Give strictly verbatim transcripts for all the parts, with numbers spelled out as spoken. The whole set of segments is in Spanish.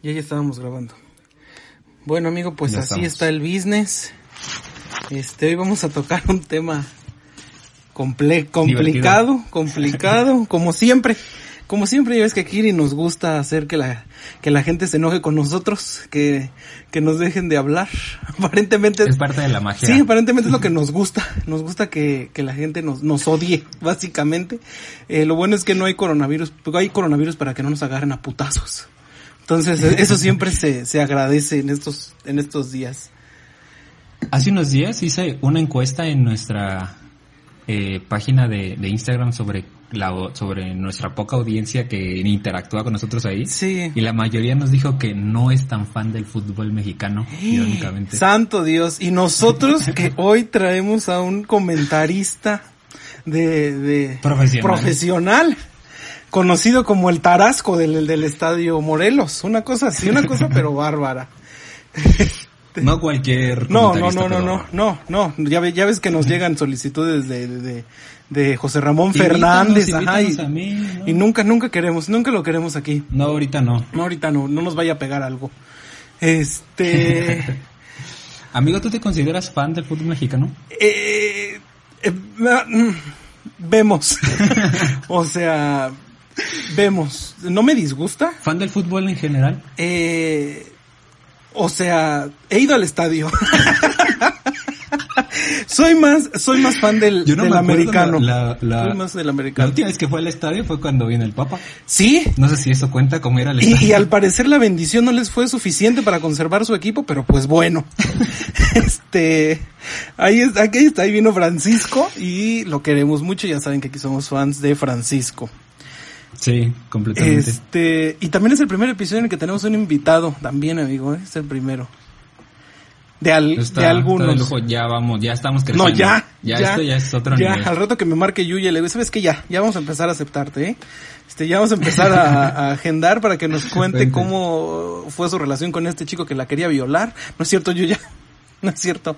Ya ya estábamos grabando. Bueno, amigo, pues Ya así estamos. está el business. Este, hoy vamos a tocar un tema comple- complicado, Divertido. complicado, como siempre. Como siempre, ya ves que aquí nos gusta hacer que la que la gente se enoje con nosotros, que que nos dejen de hablar. Aparentemente Es parte de la magia. Sí, aparentemente es lo que nos gusta. Nos gusta que, que la gente nos, nos odie, básicamente. Eh, lo bueno es que no hay coronavirus, porque hay coronavirus para que no nos agarren a putazos. Entonces, eso siempre se, se agradece en estos, en estos días. Hace unos días hice una encuesta en nuestra eh, página de, de Instagram sobre la sobre nuestra poca audiencia que interactúa con nosotros ahí. Sí. Y la mayoría nos dijo que no es tan fan del fútbol mexicano, irónicamente. Santo Dios. Y nosotros que hoy traemos a un comentarista de, de Profesional. profesional, conocido como el Tarasco del, del Estadio Morelos. Una cosa así, una cosa pero bárbara. No cualquier No, no, comentarista, no, no, pero- no, no, no, ya, ve- ya ves que nos llegan solicitudes de, de, de, de José Ramón Invítanos, Fernández, ajá, y, invítanos a mí, ¿no? y nunca, nunca queremos, nunca lo queremos aquí. No, ahorita no. No, ahorita no, no nos vaya a pegar algo. Este, Amigo, ¿tú te consideras fan del fútbol mexicano? eh, eh, mm, vemos, o sea, vemos, no me disgusta, ¿Fan del fútbol en general? eh, o sea, he ido al estadio. Soy más, soy más fan del, Yo no del me acuerdo americano. la- la- Soy más del La americano. última vez que fue al estadio fue cuando vino el Papa. Sí, No sé si eso cuenta como era el y, estadio. y al parecer la bendición no les fue suficiente para conservar su equipo, pero pues bueno. Este, ahí está, aquí está, ahí vino Francisco y lo queremos mucho, ya saben que aquí somos fans de Francisco. Sí, completamente. Este, y también es el primer episodio en el que tenemos un invitado, también amigo, ¿eh? Es el primero. De, al, Está- de está algunos. de lujo. Ya vamos, ya estamos creciendo. No, ya, Ya, ya, esto ya es otro ya, nivel. al rato que me marque Yuya, le digo, ¿sabes qué? Ya, ya vamos a empezar a aceptarte, ¿eh? Este, ya vamos a empezar a, a agendar para que nos cuente Vente. cómo fue su relación con este chico que la quería violar. ¿No es cierto, Yuya? No es cierto.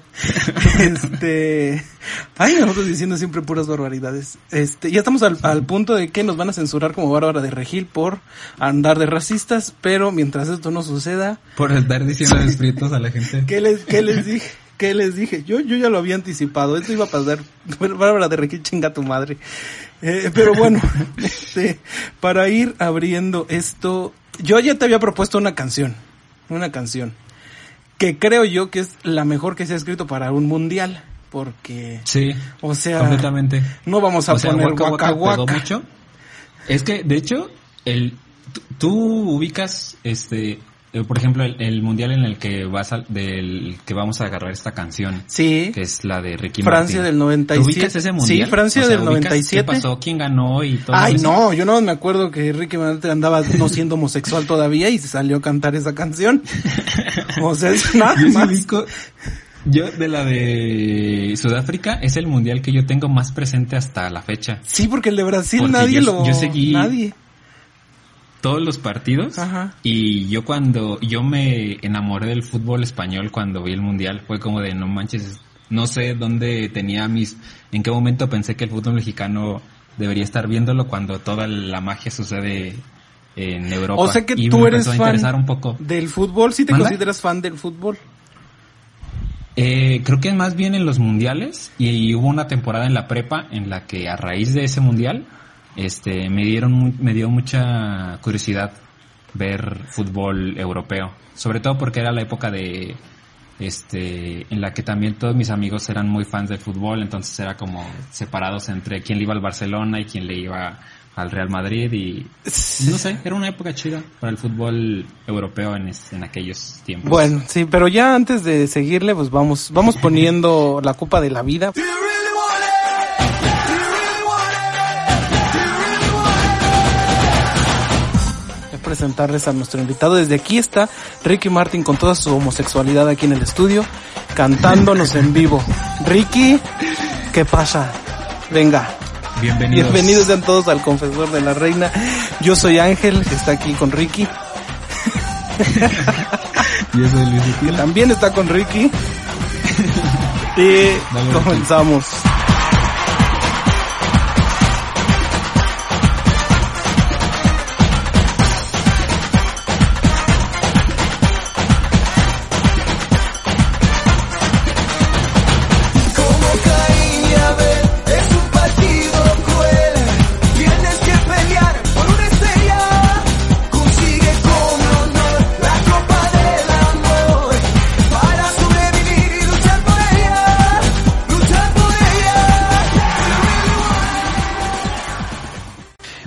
Este, ay, nosotros diciendo siempre puras barbaridades. Este, ya estamos al, al punto de que nos van a censurar como Bárbara de Regil por andar de racistas, pero mientras esto no suceda, Por estar diciendo desprietos a la gente. ¿Qué les, qué les dije? ¿Qué les dije? Yo, yo ya lo había anticipado. Esto iba a pasar. Bárbara de Regil, chinga tu madre. Eh, pero bueno, este, para ir abriendo esto, yo ya te había propuesto una canción. Una canción. Que creo yo que es la mejor que se ha escrito para un mundial. Porque, Sí, o sea, completamente. no vamos a O sea, poner Waka guaca Waka pegó guaca. mucho. Es que, de hecho, el tú, tú ubicas, este, eh, por ejemplo, el, el mundial en el que vas a, del que vamos a agarrar esta canción, Sí. que es la de Ricky Francia Martin. del noventa y ¿Tú siete. ubicas ese mundial? Sí, Francia O sea, del ¿ubicas noventa y siete. ¿Qué pasó? ¿Quién ganó? Y todo Ay, eso. no, yo no me acuerdo que Ricky Martin andaba no siendo homosexual todavía y se salió a cantar esa canción. O sea, es nada Yo sí más. ubico- yo de la de Sudáfrica es el mundial que yo tengo más presente hasta la fecha. Sí, porque el de Brasil Porque nadie yo- lo... yo seguí- Nadie. Todos los partidos. Ajá. Y yo cuando yo me enamoré del fútbol español cuando vi el mundial fue como de no manches, no sé dónde tenía mis, en qué momento pensé que el fútbol mexicano debería estar viéndolo cuando toda la magia sucede en Europa. O sea que y tú me eres empezó a fan interesar un poco. del fútbol, ¿sí te ¿Manda? consideras fan del fútbol? Eh, creo que más bien en los mundiales y, y hubo una temporada en la prepa en la que a raíz de ese mundial este me dieron mu- me dio mucha curiosidad ver fútbol europeo, sobre todo porque era la época de este en la que también todos mis amigos eran muy fans del fútbol, entonces era como separados entre quién le iba al Barcelona y quién le iba al Real Madrid y no sé, era una época chida para el fútbol europeo en, es- en aquellos tiempos. Bueno, sí, pero ya antes de seguirle, pues vamos, vamos poniendo la copa de la vida. Voy a presentarles a nuestro invitado. Desde aquí está Ricky Martin con toda su homosexualidad aquí en el estudio, cantándonos en vivo. Ricky, ¿qué pasa? Venga. Bienvenidos. Bienvenidos sean todos al Confesor de la Reina. Yo soy Ángel, que está aquí con Ricky. Yo soy Luis Que Equil. también está con Ricky. Y Dale, comenzamos.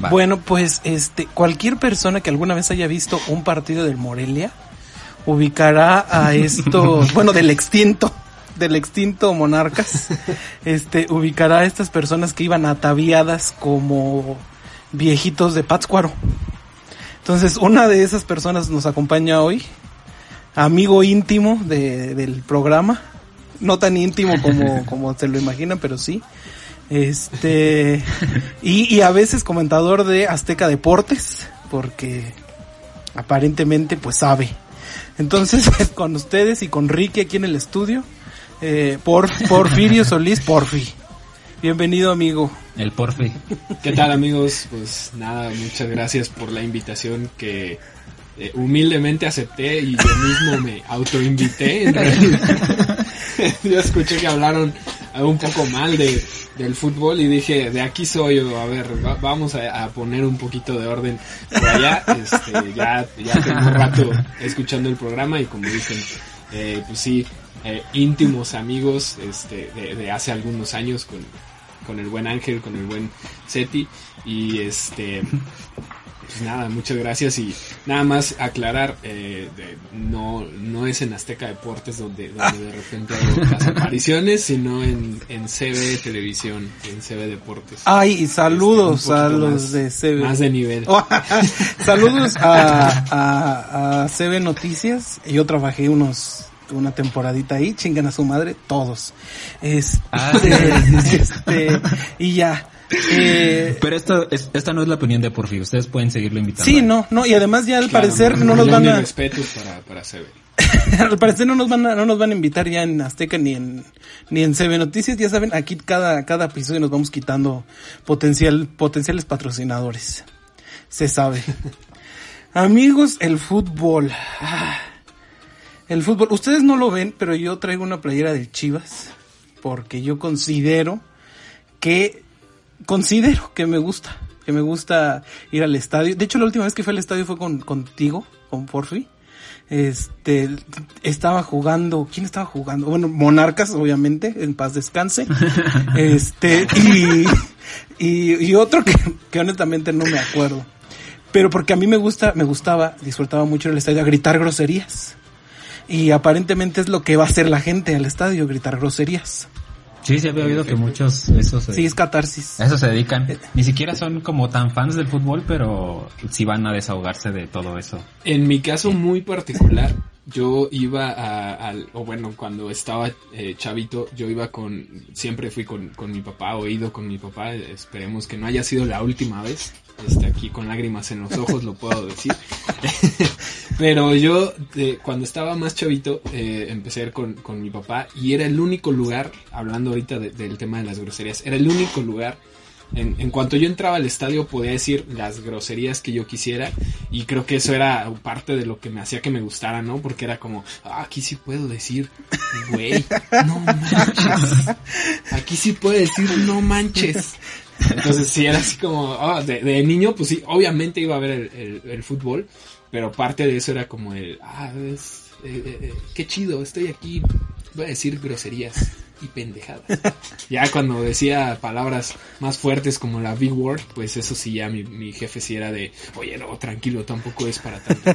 Bueno, pues este, cualquier persona que alguna vez haya visto un partido del Morelia ubicará a estos, bueno, del extinto, del extinto Monarcas, este, ubicará a estas personas que iban ataviadas como viejitos de Pátzcuaro. Entonces, una de esas personas nos acompaña hoy, amigo íntimo de, del programa, no tan íntimo como, como se lo imaginan, pero sí. Este, y, y a veces comentador de Azteca Deportes, porque aparentemente pues sabe. Entonces, con ustedes y con Ricky aquí en el estudio, eh, por, Porfirio Solís Porfi. Bienvenido, amigo. El Porfi. ¿Qué tal, amigos? Pues nada, muchas gracias por la invitación que eh, humildemente acepté y yo mismo me autoinvité. En realidad, yo escuché que hablaron un poco mal de del fútbol y dije, de aquí soy yo, a ver, va, vamos a, a poner un poquito de orden por allá. Este, ya, ya tengo un rato escuchando el programa y como dicen, eh, pues sí, eh, íntimos amigos este, de, de hace algunos años con, con el buen Ángel, con el buen Seti y este... Pues nada, muchas gracias y nada más aclarar, eh, de, no no es en Azteca Deportes donde, donde de repente hago las apariciones, sino en, en C B Televisión, en C B Deportes. Ay, saludos este, a los más, de C B. Más de nivel. Saludos a, a, a C B Noticias. Yo trabajé unos una temporadita ahí, chingan a su madre, todos. Este, ah, este y ya. Eh, Pero esto es, esta no es la opinión de Porfi, ustedes pueden seguirlo invitando. Sí, no, no, y además ya al claro, parecer no, no nos van a respetos para para C B. Al parecer no nos van a no nos van a invitar ya en Azteca ni en ni en C B Noticias, ya saben, aquí cada cada episodio nos vamos quitando potencial potenciales patrocinadores. Se sabe. Amigos, el fútbol. El fútbol, ustedes no lo ven, pero yo traigo una playera del Chivas porque yo considero que Considero que me gusta, que me gusta ir al estadio. De hecho, la última vez que fui al estadio fue con contigo, con Porfi. Este, estaba jugando, ¿quién estaba jugando? Bueno, Monarcas, obviamente, en paz descanse. Este, y, y, y otro que, que honestamente no me acuerdo. Pero porque a mí me gusta, me gustaba, disfrutaba mucho en el estadio a gritar groserías. Y aparentemente es lo que va a hacer la gente al estadio, gritar groserías. Sí, sí había oído que muchos esos se, sí, es catarsis. A eso se dedican. Ni siquiera son como tan fans del fútbol, pero sí van a desahogarse de todo eso. En mi caso muy particular, yo iba a, a o bueno, cuando estaba eh, chavito, yo iba con, siempre fui con, con mi papá, o he ido con mi papá, esperemos que no haya sido la última vez, este, aquí con lágrimas en los ojos lo puedo decir. Pero yo, eh, cuando estaba más chavito, eh, empecé a ir con, con mi papá y era el único lugar, hablando ahorita de, del tema de las groserías, era el único lugar, en, en cuanto yo entraba al estadio podía decir las groserías que yo quisiera y creo que eso era parte de lo que me hacía que me gustara, ¿no? Porque era como, ah, aquí sí puedo decir, güey, no manches, aquí sí puedo decir, no manches. Entonces sí, era así como, oh, de, de niño, pues sí, obviamente iba a ver el, el, el fútbol, pero parte de eso era como el, ah, es, eh, eh, qué chido, estoy aquí, voy a decir groserías y pendejadas. Ya cuando decía palabras más fuertes como la big word, pues eso sí, ya mi, mi jefe sí era de, oye, no, tranquilo, tampoco es para tanto.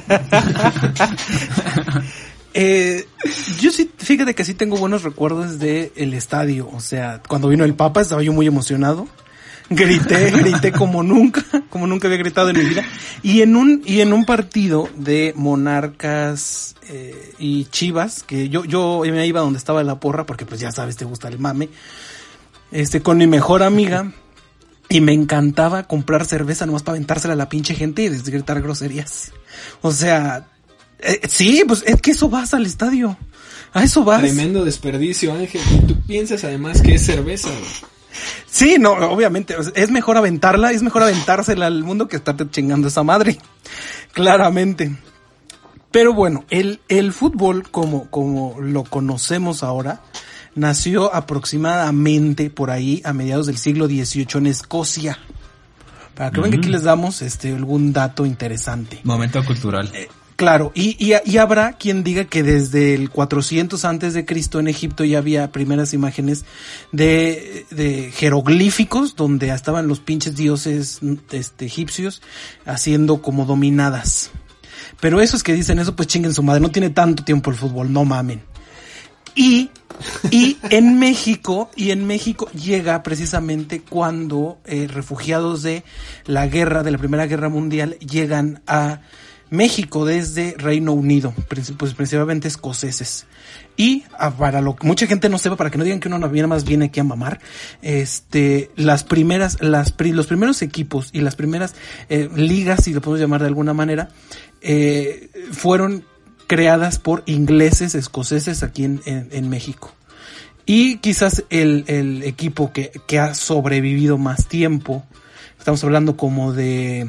Eh, yo sí, fíjate que sí tengo buenos recuerdos de el estadio, o sea, cuando vino el Papa estaba yo muy emocionado. Grité, grité como nunca, como nunca había gritado en mi vida. Y en un, y en un partido de Monarcas eh, y Chivas, que yo, yo me iba donde estaba la porra, porque pues ya sabes, te gusta el mame, este, con mi mejor amiga, y me encantaba comprar cerveza nomás para aventársela a la pinche gente y gritar groserías. O sea, eh, sí, pues es que eso vas al estadio. A eso vas. Tremendo desperdicio, Ángel. Y tú piensas además que es cerveza, güey. Sí, no, obviamente, es mejor aventarla, es mejor aventársela al mundo que estarte chingando esa madre, claramente. Pero bueno, el, el fútbol como, como lo conocemos ahora, nació aproximadamente por ahí a mediados del siglo dieciocho en Escocia. Para que vean que aquí les damos este algún dato interesante. Momento cultural. Eh, Claro, y, y, y habrá quien diga que desde el cuatrocientos antes de Cristo en Egipto ya había primeras imágenes de, de jeroglíficos donde estaban los pinches dioses este, egipcios haciendo como dominadas. Pero esos que dicen eso, pues chinguen su madre, no tiene tanto tiempo el fútbol, no mamen. Y, y en México, y en México llega precisamente cuando eh, refugiados de la guerra, de la Primera Guerra Mundial, llegan a México desde Reino Unido, pues principalmente escoceses. Y para lo que mucha gente no sepa, para que no digan que uno no viene más viene aquí a mamar, este, las primeras, las los primeros equipos y las primeras eh, ligas, si lo podemos llamar de alguna manera, eh, fueron creadas por ingleses, escoceses aquí en, en, en México. Y quizás el, el equipo que, que ha sobrevivido más tiempo, estamos hablando como de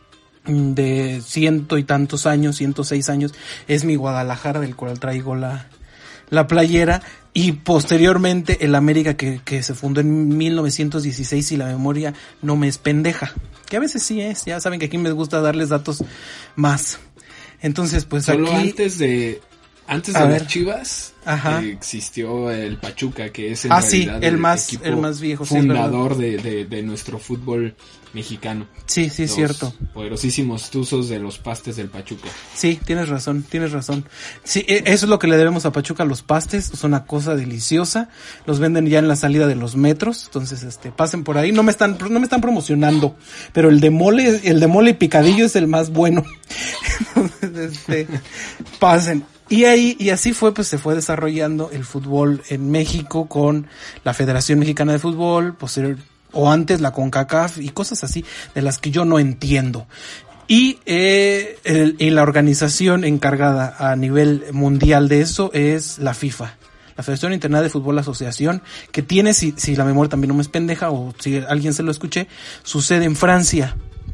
de ciento y tantos años, ciento seis años, es mi Guadalajara, del cual traigo la, la playera, y posteriormente el América que, que se fundó en mil novecientos dieciséis, si la memoria no me es pendeja, que a veces sí es, ya saben que aquí me gusta darles datos más. Entonces, pues Solo aquí... antes de... Antes de las Chivas, eh, existió el Pachuca, que es en ah, realidad sí, el, el más, equipo el más viejo, fundador sí, de, de, de nuestro fútbol mexicano. Sí, sí, es cierto. Poderosísimos tuzos de los pastes del Pachuca. Sí, tienes razón, tienes razón. Sí, eso es lo que le debemos a Pachuca, los pastes, es una cosa deliciosa. Los venden ya en la salida de los metros, entonces este, pasen por ahí. No me están, no me están promocionando, pero el de mole, el de mole y picadillo es el más bueno. Entonces, este, pasen. Y ahí, y así fue, pues se fue desarrollando el fútbol en México con la Federación Mexicana de Fútbol, posterior, o antes la CONCACAF y cosas así de las que yo no entiendo. Y, eh, el, y la organización encargada a nivel mundial de eso es la FIFA, la Federación Internacional de Fútbol Asociación, que tiene, si, si la memoria también no me es pendeja o si alguien se lo escuché, su sede en Francia.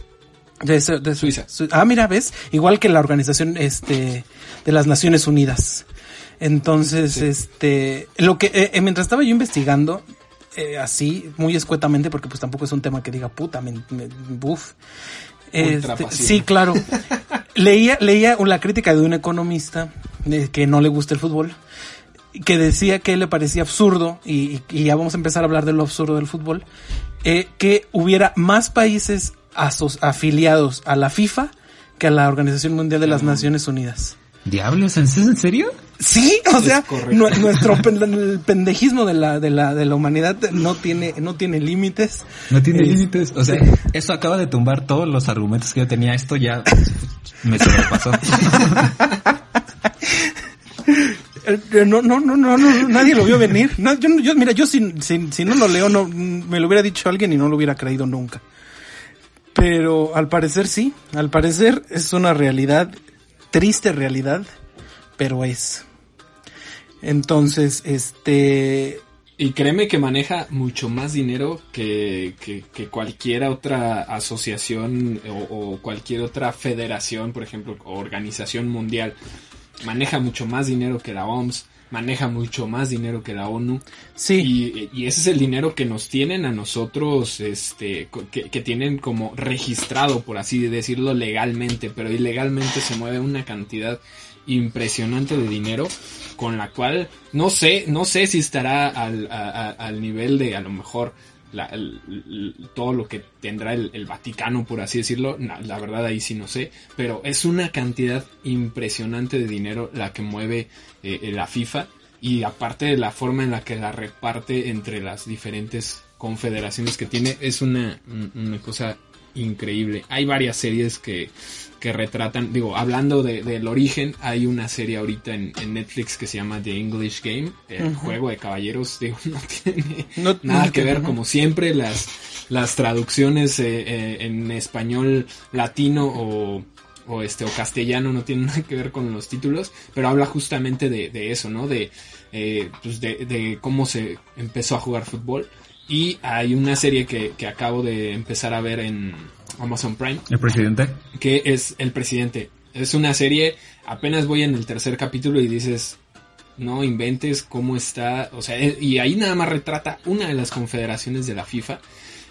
De, de, de Suiza. Su, ah, mira, ves, igual que la organización este de las Naciones Unidas. Entonces, sí. este, lo que eh, mientras estaba yo investigando eh, así muy escuetamente, porque pues tampoco es un tema que diga puta, me, me buf. Este, sí, claro. leía leía la crítica de un economista eh, que no le gusta el fútbol, que decía que le parecía absurdo, y, y ya vamos a empezar a hablar de lo absurdo del fútbol, eh, que hubiera más países aso- afiliados a la FIFA que a la Organización Mundial de las mm. Naciones Unidas. ¿Diablos? ¿Es en serio? Sí, o sea, nu- nuestro pen- el pendejismo de la de la de la humanidad no tiene no tiene límites. No tiene eh, límites, o sea, eso acaba de tumbar todos los argumentos que yo tenía. Esto ya me sobrepasó. No, no, no, no, no, nadie lo vio venir. No, yo, yo, mira, yo si, si, si no lo leo, no, me lo hubiera dicho alguien y no lo hubiera creído nunca. Pero al parecer sí, al parecer es una realidad, triste realidad, pero es. Entonces, este... Y créeme que maneja mucho más dinero que, que, que cualquier otra asociación o, o cualquier otra federación, por ejemplo, o organización mundial. Maneja mucho más dinero que la O M S, maneja mucho más dinero que la ONU. Sí. Y, y ese es el dinero que nos tienen a nosotros, este, que, que tienen como registrado, por así decirlo, legalmente, pero ilegalmente se mueve una cantidad impresionante de dinero, con la cual no sé, no sé si estará al, a, a, al nivel de a lo mejor la, el, el, todo lo que tendrá el, el Vaticano, por así decirlo. No, la verdad ahí sí no sé, pero es una cantidad impresionante de dinero la que mueve eh, la FIFA, y aparte de la forma en la que la reparte entre las diferentes confederaciones que tiene, es una, una cosa increíble. Hay varias series que que retratan, digo, hablando de, del origen, hay una serie ahorita en, en Netflix que se llama The English Game, el uh-huh. juego de caballeros. Digo, no tiene no, nada no, que ver, no. Como siempre, las, las traducciones eh, eh, en español latino o, o este o castellano no tienen nada que ver con los títulos, pero habla justamente de, de eso, ¿no? De, eh, pues de, de cómo se empezó a jugar fútbol. Y hay una serie que, que acabo de empezar a ver en Amazon Prime. ¿El presidente? Que es El Presidente. Es una serie, apenas voy en el tercer capítulo y dices, no inventes cómo está, o sea, y ahí nada más retrata una de las confederaciones de la FIFA,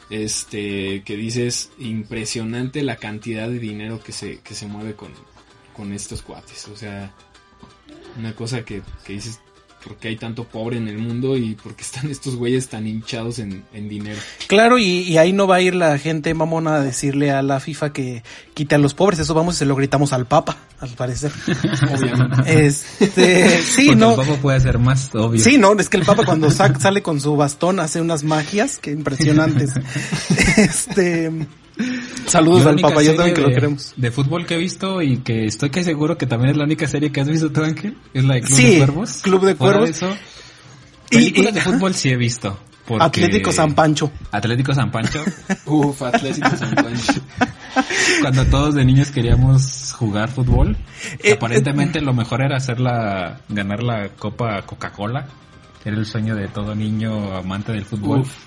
este, que dices, impresionante la cantidad de dinero que se, que se mueve con, con estos cuates. O sea, una cosa que, que dices, ¿por qué hay tanto pobre en el mundo y por qué están estos güeyes tan hinchados en, en dinero? Claro, y, y ahí no va a ir la gente mamona a decirle a la FIFA que quite a los pobres. Eso vamos y se lo gritamos al Papa, al parecer. Obviamente. Este, sí, Porque no. el Papa puede ser más obvio. Sí, no, es que el Papa cuando sa- sale con su bastón hace unas magias que impresionantes. Este, saludos Yo la al única Papa, yo serie también que de, lo queremos. de fútbol que he visto y que estoy casi seguro que también es la única serie que has visto tú, Ángel, es la de Club Sí, de Cuervos. Club de Fuera Cuervos. de eso, Y- películas y- de fútbol sí he visto. Porque... Atlético San Pancho. Atlético San Pancho. Uf, Atlético San Pancho. Cuando todos de niños queríamos jugar fútbol, Eh, aparentemente lo mejor era hacer la, ganar la Copa Coca-Cola. Era el sueño de todo niño amante del fútbol. Uf.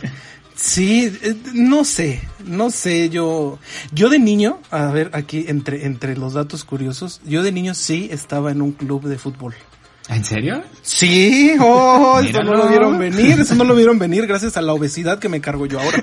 Sí, eh, no sé, no sé, yo, yo de niño, a ver, aquí entre, entre los datos curiosos, yo de niño sí estaba en un club de fútbol. ¿En serio? Sí, oh, eso Míralo. no lo vieron venir, eso no lo vieron venir gracias a la obesidad que me cargo yo ahora.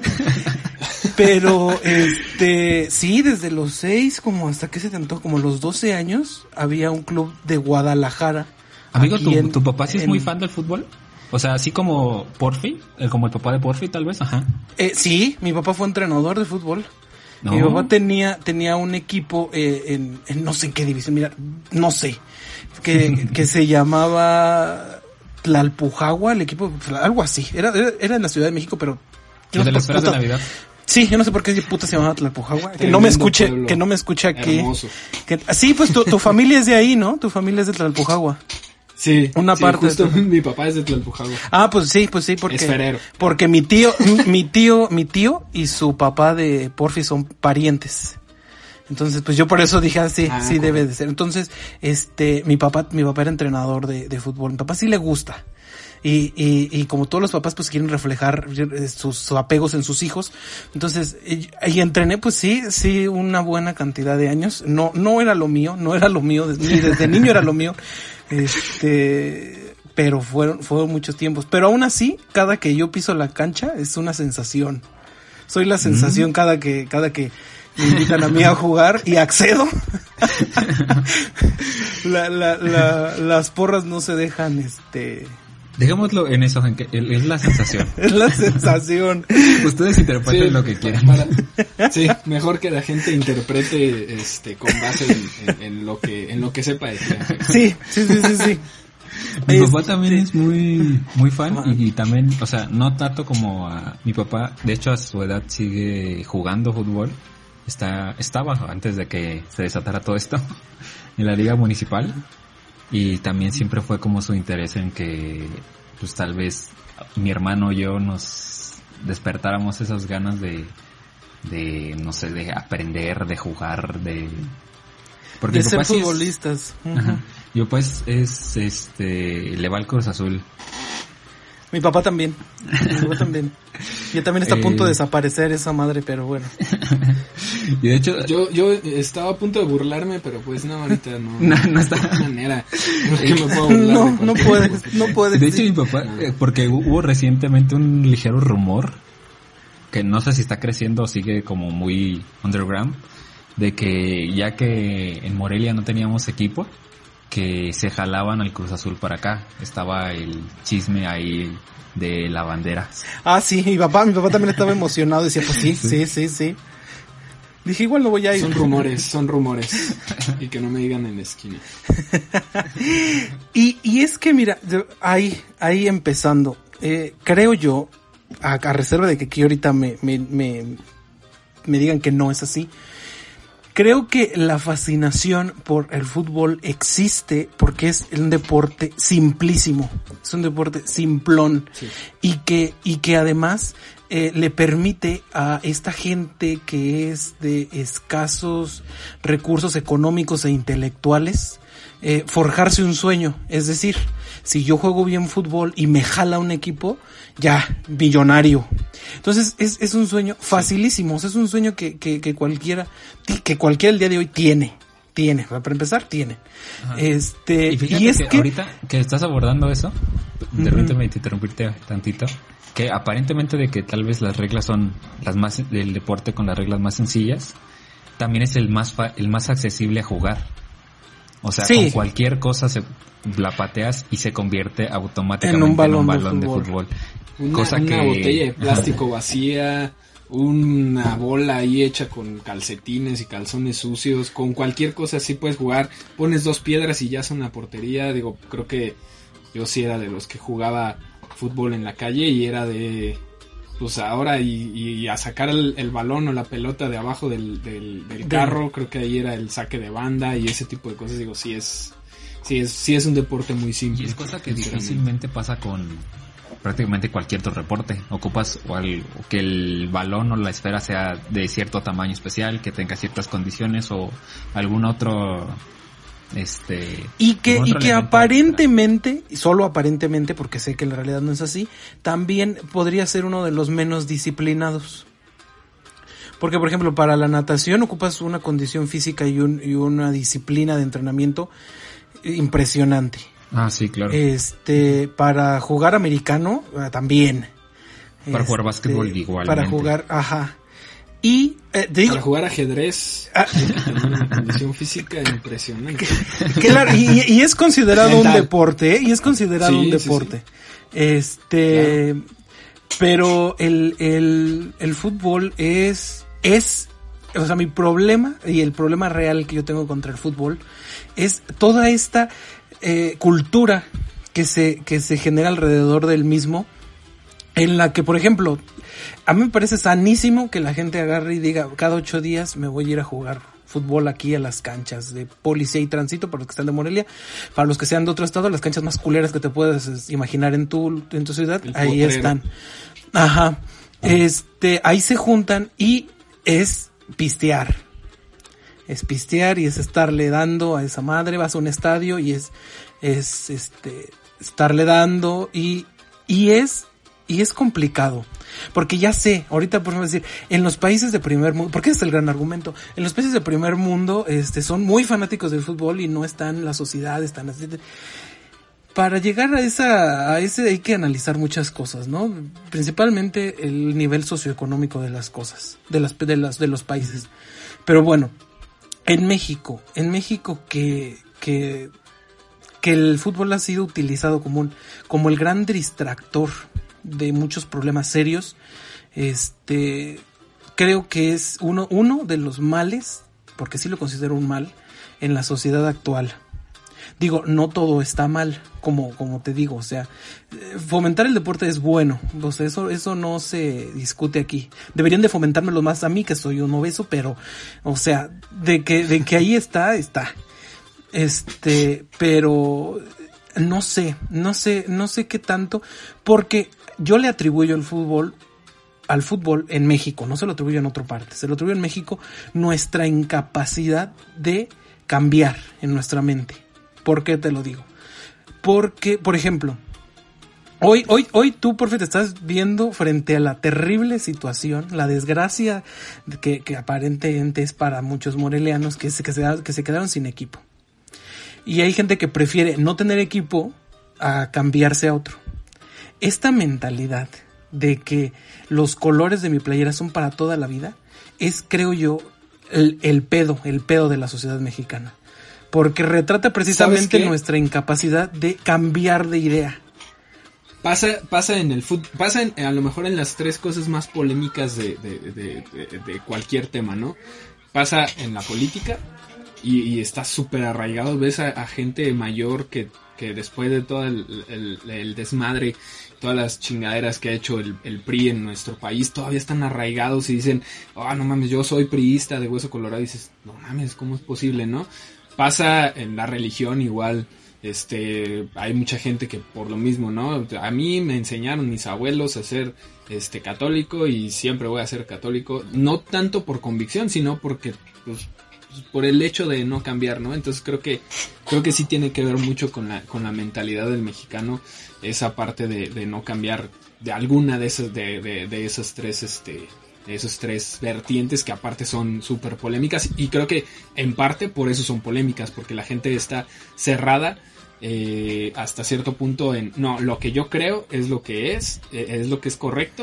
Pero, este, sí, desde los seis, como hasta que se tentó, como los doce años, había un club de Guadalajara. Amigo, aquí ¿tu, en- tu papá sí es en- muy fan del fútbol? O sea, así como Porfi, el, como el papá de Porfi tal vez, ajá. Eh, sí, mi papá fue entrenador de fútbol. No. Mi papá tenía, tenía un equipo eh, en, en no sé en qué división, mira, no sé, que, que se llamaba Tlalpujagua, el equipo, algo así, era, era, era en la Ciudad de México, pero... yo Los no de sé las por esperas de puta- Navidad. Sí, yo no sé por qué puta se llamaba Tlalpujagua, que Tremendo no me escuche, pueblo. que no me escuche aquí. Hermoso. Que, sí, pues tu, tu familia es de ahí, ¿no? Tu familia es de Tlalpujagua. Sí, Una sí, parte justo de- mi papá es de Tlalpujagua. Ah, pues sí, pues sí, porque... Es ferero. Porque mi tío, mi, mi tío, mi tío y su papá de Porfi son parientes. Entonces, pues yo por eso dije, ah, sí, Ah, sí correcto. debe de ser. Entonces, este, mi papá, mi papá era entrenador de, de fútbol. Mi papá sí le gusta. Y, y, y como todos los papás, pues quieren reflejar eh, sus, sus apegos en sus hijos. Entonces, y, y entrené, pues sí, sí, una buena cantidad de años. No, no era lo mío, no era lo mío, ni desde niño era lo mío. Este, pero fueron, fueron muchos tiempos. Pero aún así, cada que yo piso la cancha es una sensación. Soy la sensación Mm. cada que, cada que me invitan a mí a jugar y accedo. la, la, la, las porras no se dejan, este, Dejémoslo en eso, en que el- es la sensación. es la sensación. Ustedes interpreten lo que quieran. para- sí, mejor que la gente interprete este con base en, en- en lo que en lo que sepa decir. Sí, sí, sí, sí, sí. Mi papá Este- también es muy muy fan y, y también, o sea, no tanto como a mi papá, de hecho a su edad sigue jugando fútbol. Está estaba antes de que se desatara todo esto en la liga municipal y también siempre fue como su interés en que pues tal vez mi hermano y yo nos despertáramos esas ganas de de no sé, de aprender, de jugar, de porque De mi ser papá sí es- futbolistas. Ujú. Ajá. Yo pues es este le va al Cruz Azul. Mi papá también. Mi papá también. Yo también está a punto Eh. de desaparecer esa madre, pero bueno. Y de hecho Yo yo estaba a punto de burlarme, pero pues no, ahorita no. no, no está. De manera. No es que me puedo burlar No, de no cualquier puedes, cosa. no puedes. De hecho sí. mi papá, eh, porque hubo recientemente un ligero rumor que no sé si está creciendo o sigue como muy underground, de que ya que en Morelia no teníamos equipo, que se jalaban al Cruz Azul para acá. Estaba el chisme ahí de la bandera. Ah, sí, mi papá, mi papá también estaba emocionado. Decía, pues sí, sí, sí, sí. Dije, igual no voy a ir. Son rumores, son rumores. Y que no me digan en la esquina. Y, y es que, mira, yo- ahí, ahí empezando, eh, creo yo, a, a reserva de que aquí ahorita me, me, me, me digan que no es así, creo que la fascinación por el fútbol existe porque es un deporte simplísimo, es un deporte simplón, Sí. y que, y que además eh, le permite a esta gente que es de escasos recursos económicos e intelectuales eh, forjarse un sueño. Es decir, si yo juego bien fútbol y me jala un equipo, ya, millonario. Entonces es, es un sueño facilísimo, o sea, es un sueño que, que, que cualquiera, que cualquiera el día de hoy tiene. Tiene, para empezar, tiene. Ajá. Este, Y fíjate y es que, que, ahorita que estás abordando eso, Ujú. permíteme interrumpirte tantito, que aparentemente de que tal vez las reglas son las más del deporte con las reglas más sencillas, también es el más fa- el más accesible a jugar. O sea, sí. con cualquier cosa se la pateas y se convierte automáticamente en un balón, en un balón de de fútbol. fútbol. Una, Cosa una que... botella de plástico vacía, una bola ahí hecha con calcetines y calzones sucios, con cualquier cosa así puedes jugar. Pones dos piedras y ya es una portería. Digo, creo que yo sí era de los que jugaba fútbol en la calle y era de... Pues ahora y, y a sacar el, el balón o la pelota de abajo del, del, del carro, creo que ahí era el saque de banda y ese tipo de cosas. Digo, sí es, sí es, sí es un deporte muy simple. Y es cosa que difícilmente pasa con prácticamente cualquier otro deporte. Ocupas o el, o que el balón o la esfera sea de cierto tamaño especial, que tenga ciertas condiciones o algún otro... Este, y que y que aparentemente, solo aparentemente, porque sé que en la realidad no es así, también podría ser uno de los menos disciplinados. Porque, por ejemplo, para la natación ocupas una condición física y, un, y una disciplina de entrenamiento impresionante. Ah, sí, claro. Este, para jugar americano, también. Para este, jugar básquetbol igualmente. Para jugar, ajá. Y eh, te digo, para jugar ajedrez, ah, tener una condición física impresionante. Claro, y, y es considerado un deporte, ¿eh? Y es considerado sí, un deporte. Sí, sí. Este, claro. Pero el, el, el fútbol es, es, o sea, mi problema y el problema real que yo tengo contra el fútbol es toda esta eh, cultura que se, que se genera alrededor del mismo, en la que, por ejemplo, a mí me parece sanísimo que la gente agarre y diga, cada ocho días me voy a ir a jugar fútbol aquí a las canchas de Policía y Tránsito, para los que están de Morelia, para los que sean de otro estado, las canchas más culeras que te puedes imaginar en tu, en tu ciudad, ahí están. Ajá. Este, ahí se juntan y es pistear. Es pistear y es estarle dando a esa madre, vas a un estadio y es, es, este, estarle dando y, y es, y es complicado. Porque ya sé, ahorita por ejemplo decir, en los países de primer mundo, porque este es el gran argumento, en los países de primer mundo, este, son muy fanáticos del fútbol y no están las sociedades tan así. Para llegar a esa, a ese hay que analizar muchas cosas, ¿no? Principalmente el nivel socioeconómico de las cosas, de las, de las, de los países. Pero bueno, en México, en México que, que, que el fútbol ha sido utilizado como un, como el gran distractor de muchos problemas serios, este, creo que es uno, uno de los males, porque sí lo considero un mal, en la sociedad actual. Digo, no todo está mal, como, como te digo, o sea, fomentar el deporte es bueno, o sea, eso, eso no se discute aquí. Deberían de fomentármelo más a mí, que soy un obeso, pero, o sea, de que, de que ahí está, está. Este, pero no sé, no sé, no sé qué tanto, porque yo le atribuyo el fútbol, al fútbol en México, no se lo atribuyo en otra parte, se lo atribuyo en México nuestra incapacidad de cambiar en nuestra mente. ¿Por qué te lo digo? Porque, por ejemplo, hoy, hoy, hoy tú, profe, te estás viendo frente a la terrible situación, la desgracia que, que aparentemente es para muchos morelianos que se, que, se, que se quedaron sin equipo. Y hay gente que prefiere no tener equipo a cambiarse a otro. Esta mentalidad de que los colores de mi playera son para toda la vida es, creo yo, el, el pedo, el pedo de la sociedad mexicana. Porque retrata precisamente nuestra incapacidad de cambiar de idea. Pasa, pasa en el fútbol, pasa en, a lo mejor en las tres cosas más polémicas de, de, de, de, de cualquier tema, ¿no? Pasa en la política y, y está súper arraigado. Ves a, a gente mayor que, que después de todo el, el, el desmadre, todas las chingaderas que ha hecho el, el P R I en nuestro país, todavía están arraigados y dicen, ah, oh, no mames, yo soy priista de hueso colorado. Y dices, no mames, ¿cómo es posible, no? Pasa en la religión igual, este, hay mucha gente que por lo mismo, ¿no? A mí me enseñaron mis abuelos a ser, este, católico y siempre voy a ser católico, no tanto por convicción, sino porque, pues, por el hecho de no cambiar, ¿no? Entonces creo que, creo que sí tiene que ver mucho con la, con la mentalidad del mexicano, esa parte de, de no cambiar de alguna de esas, de, de, de esas tres, este, de esos tres vertientes que aparte son súper polémicas y creo que en parte por eso son polémicas, porque la gente está cerrada eh, hasta cierto punto en, no, lo que yo creo es lo que es, eh, es lo que es correcto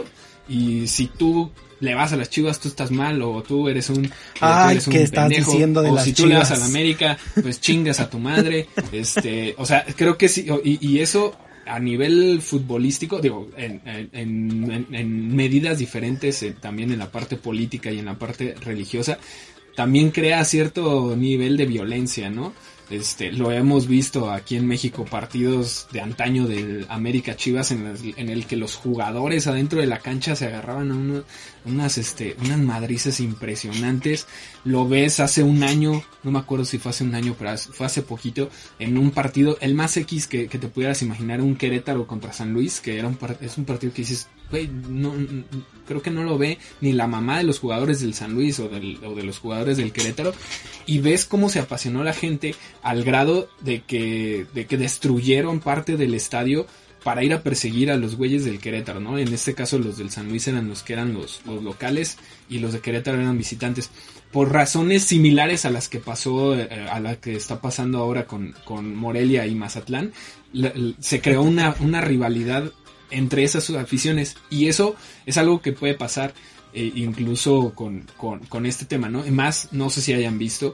y si tú le vas a las Chivas, tú estás mal, o tú eres un, Ay, tú eres un ¿qué estás pendejo, diciendo de o las si tú le vas Chivas? a la América, pues chingas a tu madre, este, o sea, creo que sí, y, y eso a nivel futbolístico, digo, en, en, en, en medidas diferentes, eh, también en la parte política y en la parte religiosa, también crea cierto nivel de violencia, ¿no? Este, lo hemos visto aquí en México, partidos de antaño del América Chivas en, las, en el que los jugadores adentro de la cancha se agarraban a uno, unas, este, unas madrizas impresionantes. Lo ves hace un año, no me acuerdo si fue hace un año, pero fue hace poquito, en un partido, el más X que, que te pudieras imaginar, un Querétaro contra San Luis, que era un es un partido que dices, güey, no, no, creo que no lo ve ni la mamá de los jugadores del San Luis o, del, o de los jugadores del Querétaro, y ves cómo se apasionó la gente al grado de que, de que destruyeron parte del estadio para ir a perseguir a los güeyes del Querétaro, ¿no? En este caso los del San Luis eran los que eran los, los locales y los de Querétaro eran visitantes. Por razones similares a las que pasó, eh, a la que está pasando ahora con, con Morelia y Mazatlán, la, la, se creó una, una rivalidad entre esas aficiones, y eso es algo que puede pasar eh, incluso con, con, con este tema, ¿no? Más, no sé si hayan visto,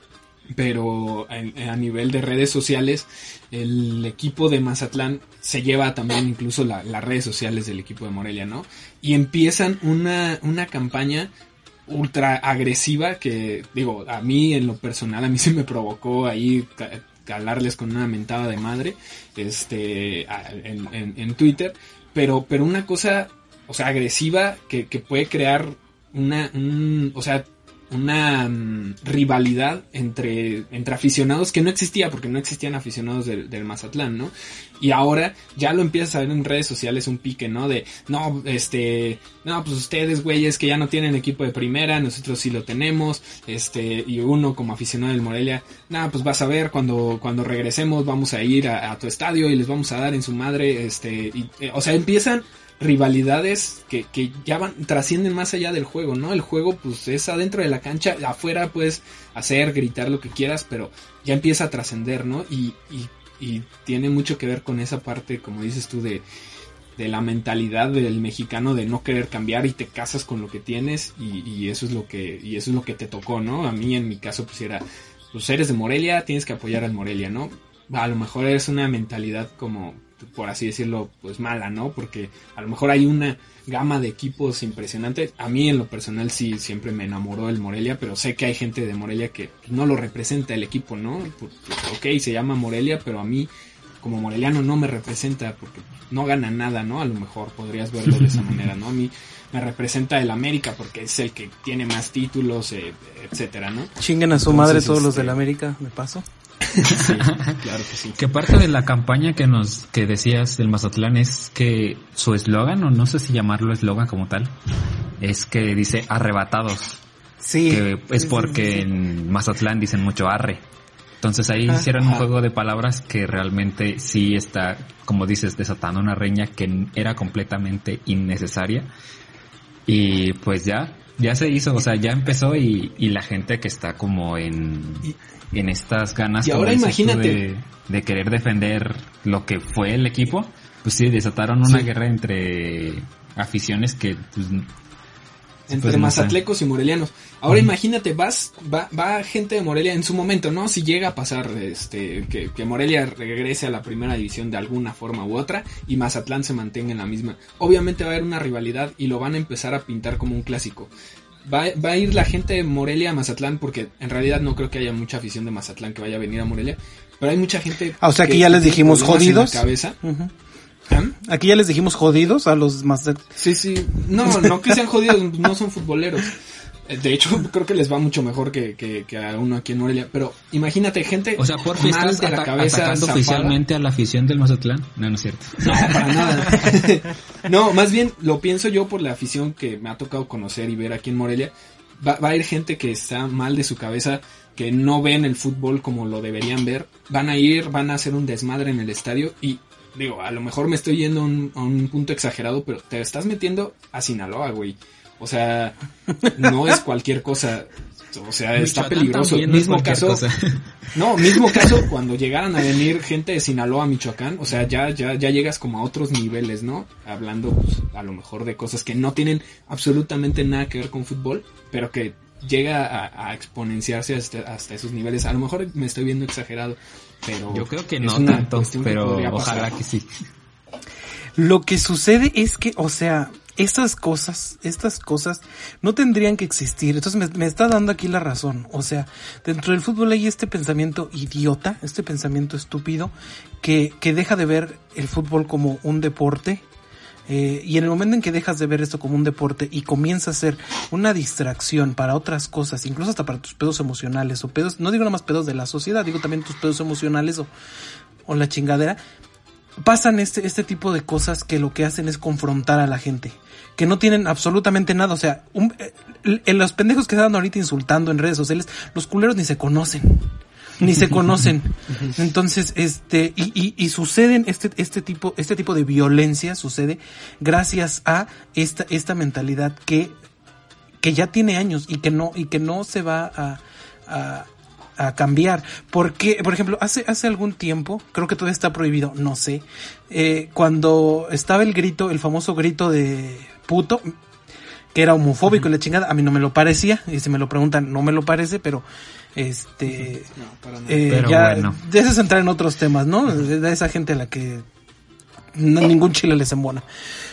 pero en, a nivel de redes sociales, el equipo de Mazatlán se lleva también incluso la, las redes sociales del equipo de Morelia, ¿no? Y empiezan una, una campaña ultra agresiva que, digo, a mí en lo personal, a mí se me provocó ahí calarles con una mentada de madre, este, en, en, en Twitter, pero, pero una cosa, o sea, agresiva que, que puede crear una, un, o sea, una um, rivalidad entre, entre aficionados que no existía, porque no existían aficionados del, del Mazatlán, ¿no? Y ahora ya lo empiezas a ver en redes sociales, un pique, ¿no? De, no, este, no, pues ustedes, güeyes, que ya no tienen equipo de primera, nosotros sí lo tenemos, este, y uno como aficionado del Morelia, no, pues vas a ver, cuando, cuando regresemos vamos a ir a, a tu estadio y les vamos a dar en su madre, este, y, eh, o sea, empiezan rivalidades que, que ya van, trascienden más allá del juego, ¿no? El juego pues es adentro de la cancha, afuera puedes hacer, gritar lo que quieras, pero ya empieza a trascender, ¿no? Y, y, y tiene mucho que ver con esa parte, como dices tú, de, de la mentalidad del mexicano de no querer cambiar, y te casas con lo que tienes, y, y eso es lo que, y eso es lo que te tocó, ¿no? A mí en mi caso pues era, pues eres de Morelia, tienes que apoyar al Morelia, ¿no? A lo mejor es una mentalidad como, por así decirlo, pues mala, ¿no? Porque a lo mejor hay una gama de equipos impresionante. A mí en lo personal sí siempre me enamoró el Morelia, pero sé que hay gente de Morelia que no lo representa el equipo, ¿no? Ok, se llama Morelia, pero a mí como moreliano no me representa porque no gana nada, ¿no? A lo mejor podrías verlo de esa manera, ¿no? A mí me representa el América porque es el que tiene más títulos, eh, etcétera, ¿no? Chinguen a su Entonces, madre todos este... los del América, ¿me paso? Sí, claro que sí. Que parte de la campaña que nos que decías del Mazatlán es que su eslogan, o no sé si llamarlo eslogan como tal, es que dice arrebatados. Sí. Que es sí, porque sí, sí. en Mazatlán dicen mucho arre. Entonces ahí Ajá. hicieron un juego de palabras que realmente sí está, como dices, desatando una reña que era completamente innecesaria. Y pues ya, ya se hizo, o sea, ya empezó, y, y la gente que está como en... en estas ganas, y como ahora dices tú, imagínate de, de querer defender lo que fue el equipo, pues sí, desataron una sí. guerra entre aficiones que pues, entre pues, no mazatlecos sé. y morelianos. Ahora Uh-huh. imagínate, vas, va, va gente de Morelia en su momento, ¿no? Si llega a pasar, este, que, que Morelia regrese a la primera división de alguna forma u otra y Mazatlán se mantenga en la misma. Obviamente va a haber una rivalidad y lo van a empezar a pintar como un clásico. Va, va a ir la gente de Morelia a Mazatlán, porque en realidad no creo que haya mucha afición de Mazatlán que vaya a venir a Morelia, pero hay mucha gente. Ah, o sea, que, que ya que les tiene dijimos problemas en la jodidos. cabeza. Uh-huh. ¿Ah? Aquí ya les dijimos jodidos a los más... Sí, sí. No, no que sean jodidos, no son futboleros. De hecho, creo que les va mucho mejor que, que, que a uno aquí en Morelia. Pero imagínate, gente O sea, por mal estás de la ata- cabeza atacando zafada. oficialmente a la afición del Mazatlán. No, no es cierto. No, para nada. No, más bien lo pienso yo por la afición que me ha tocado conocer y ver aquí en Morelia. Va, va a ir gente que está mal de su cabeza, que no ven el fútbol como lo deberían ver. Van a ir, van a hacer un desmadre en el estadio y... Digo, a lo mejor me estoy yendo a un, a un punto exagerado, pero te estás metiendo a Sinaloa, güey. O sea, no es cualquier cosa. O sea, está Michoacán peligroso. también no es Mismo cualquier caso, cosa. no, mismo caso cuando llegaran a venir gente de Sinaloa a Michoacán, o sea, ya, ya, ya llegas como a otros niveles, ¿no? Hablando, pues, a lo mejor de cosas que no tienen absolutamente nada que ver con fútbol, pero que llega a, a exponenciarse hasta, hasta esos niveles. A lo mejor me estoy viendo exagerado, pero yo creo que es no una tanto, cuestión que pero podría ojalá pasar. que sí. Lo que sucede es que, o sea, estas cosas, estas cosas no tendrían que existir. Entonces me, me está dando aquí la razón. O sea, dentro del fútbol hay este pensamiento idiota, este pensamiento estúpido, que, que deja de ver el fútbol como un deporte. Eh, y en el momento en que dejas de ver esto como un deporte y comienza a ser una distracción para otras cosas, incluso hasta para tus pedos emocionales o pedos, no digo nada más pedos de la sociedad, digo también tus pedos emocionales o, o la chingadera, pasan este, este tipo de cosas que lo que hacen es confrontar a la gente, que no tienen absolutamente nada. O sea, un, eh, los pendejos que están ahorita insultando en redes sociales, los culeros ni se conocen, ni se conocen. Entonces, este, y, y, y suceden este, este tipo, este tipo de violencia sucede gracias a esta, esta mentalidad que, que ya tiene años y que no, y que no se va a, a a cambiar, porque, por ejemplo, hace hace algún tiempo, creo que todavía está prohibido, no sé, eh, cuando estaba el grito, el famoso grito de puto, que era homofóbico, uh-huh, y la chingada, a mí no me lo parecía, y si me lo preguntan, no me lo parece, pero este, uh-huh, no, para nada. Eh, pero ya, bueno, ya eso es entrar en otros temas, ¿no? Uh-huh. De, de esa gente a la que no, ningún chile les embona.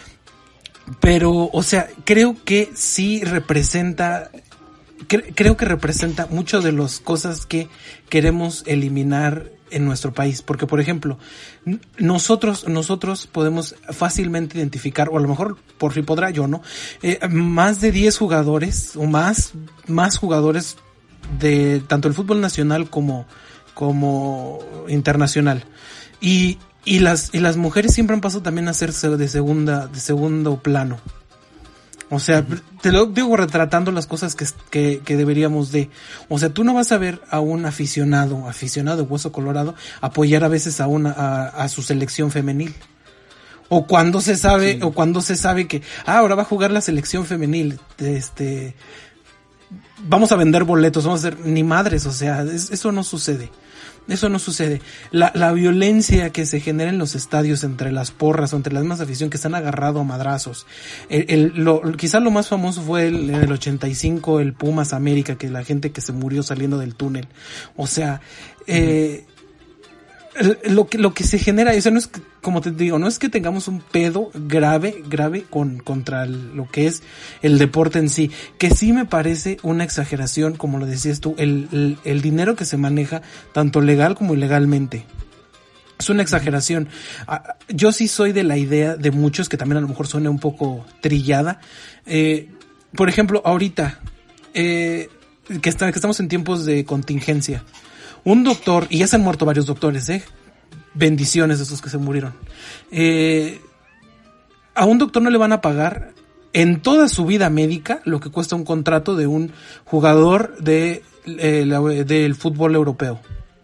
Pero, o sea, creo que sí representa creo que representa mucho de las cosas que queremos eliminar en nuestro país, porque por ejemplo, nosotros nosotros podemos fácilmente identificar, o a lo mejor por si podrá yo, ¿no? Eh, más de diez jugadores o más más jugadores de tanto el fútbol nacional como como internacional. Y y las y las mujeres siempre han pasado también a hacerse de segunda de segundo plano. O sea, te lo digo retratando las cosas que, que, que deberíamos de. O sea, tú no vas a ver a un aficionado, aficionado de hueso colorado, apoyar a veces a una, a, a su selección femenil. O cuando se sabe, sí. o cuando se sabe que, ah, ahora va a jugar la selección femenil, este, vamos a vender boletos, vamos a hacer, ni madres, o sea, es, eso no sucede. Eso no sucede. La, la violencia que se genera en los estadios entre las porras o entre las demás afición que están agarrado a madrazos. El, el, lo, quizá lo más famoso fue el, en el ochenta y cinco, el Pumas América, que la gente que se murió saliendo del túnel. O sea, eh, uh-huh. lo que, lo que se genera, o sea, no es que, como te digo, no es que tengamos un pedo grave, grave con, contra el, lo que es el deporte en sí, que sí me parece una exageración, como lo decías tú, el, el, el dinero que se maneja, tanto legal como ilegalmente. Es una exageración. Yo sí soy de la idea de muchos, que también a lo mejor suena un poco trillada. Eh, por ejemplo, ahorita, eh, que, está, que estamos en tiempos de contingencia, un doctor, y ya se han muerto varios doctores, eh, bendiciones de esos que se murieron. Eh, a un doctor no le van a pagar en toda su vida médica lo que cuesta un contrato de un jugador de eh, la, del fútbol europeo.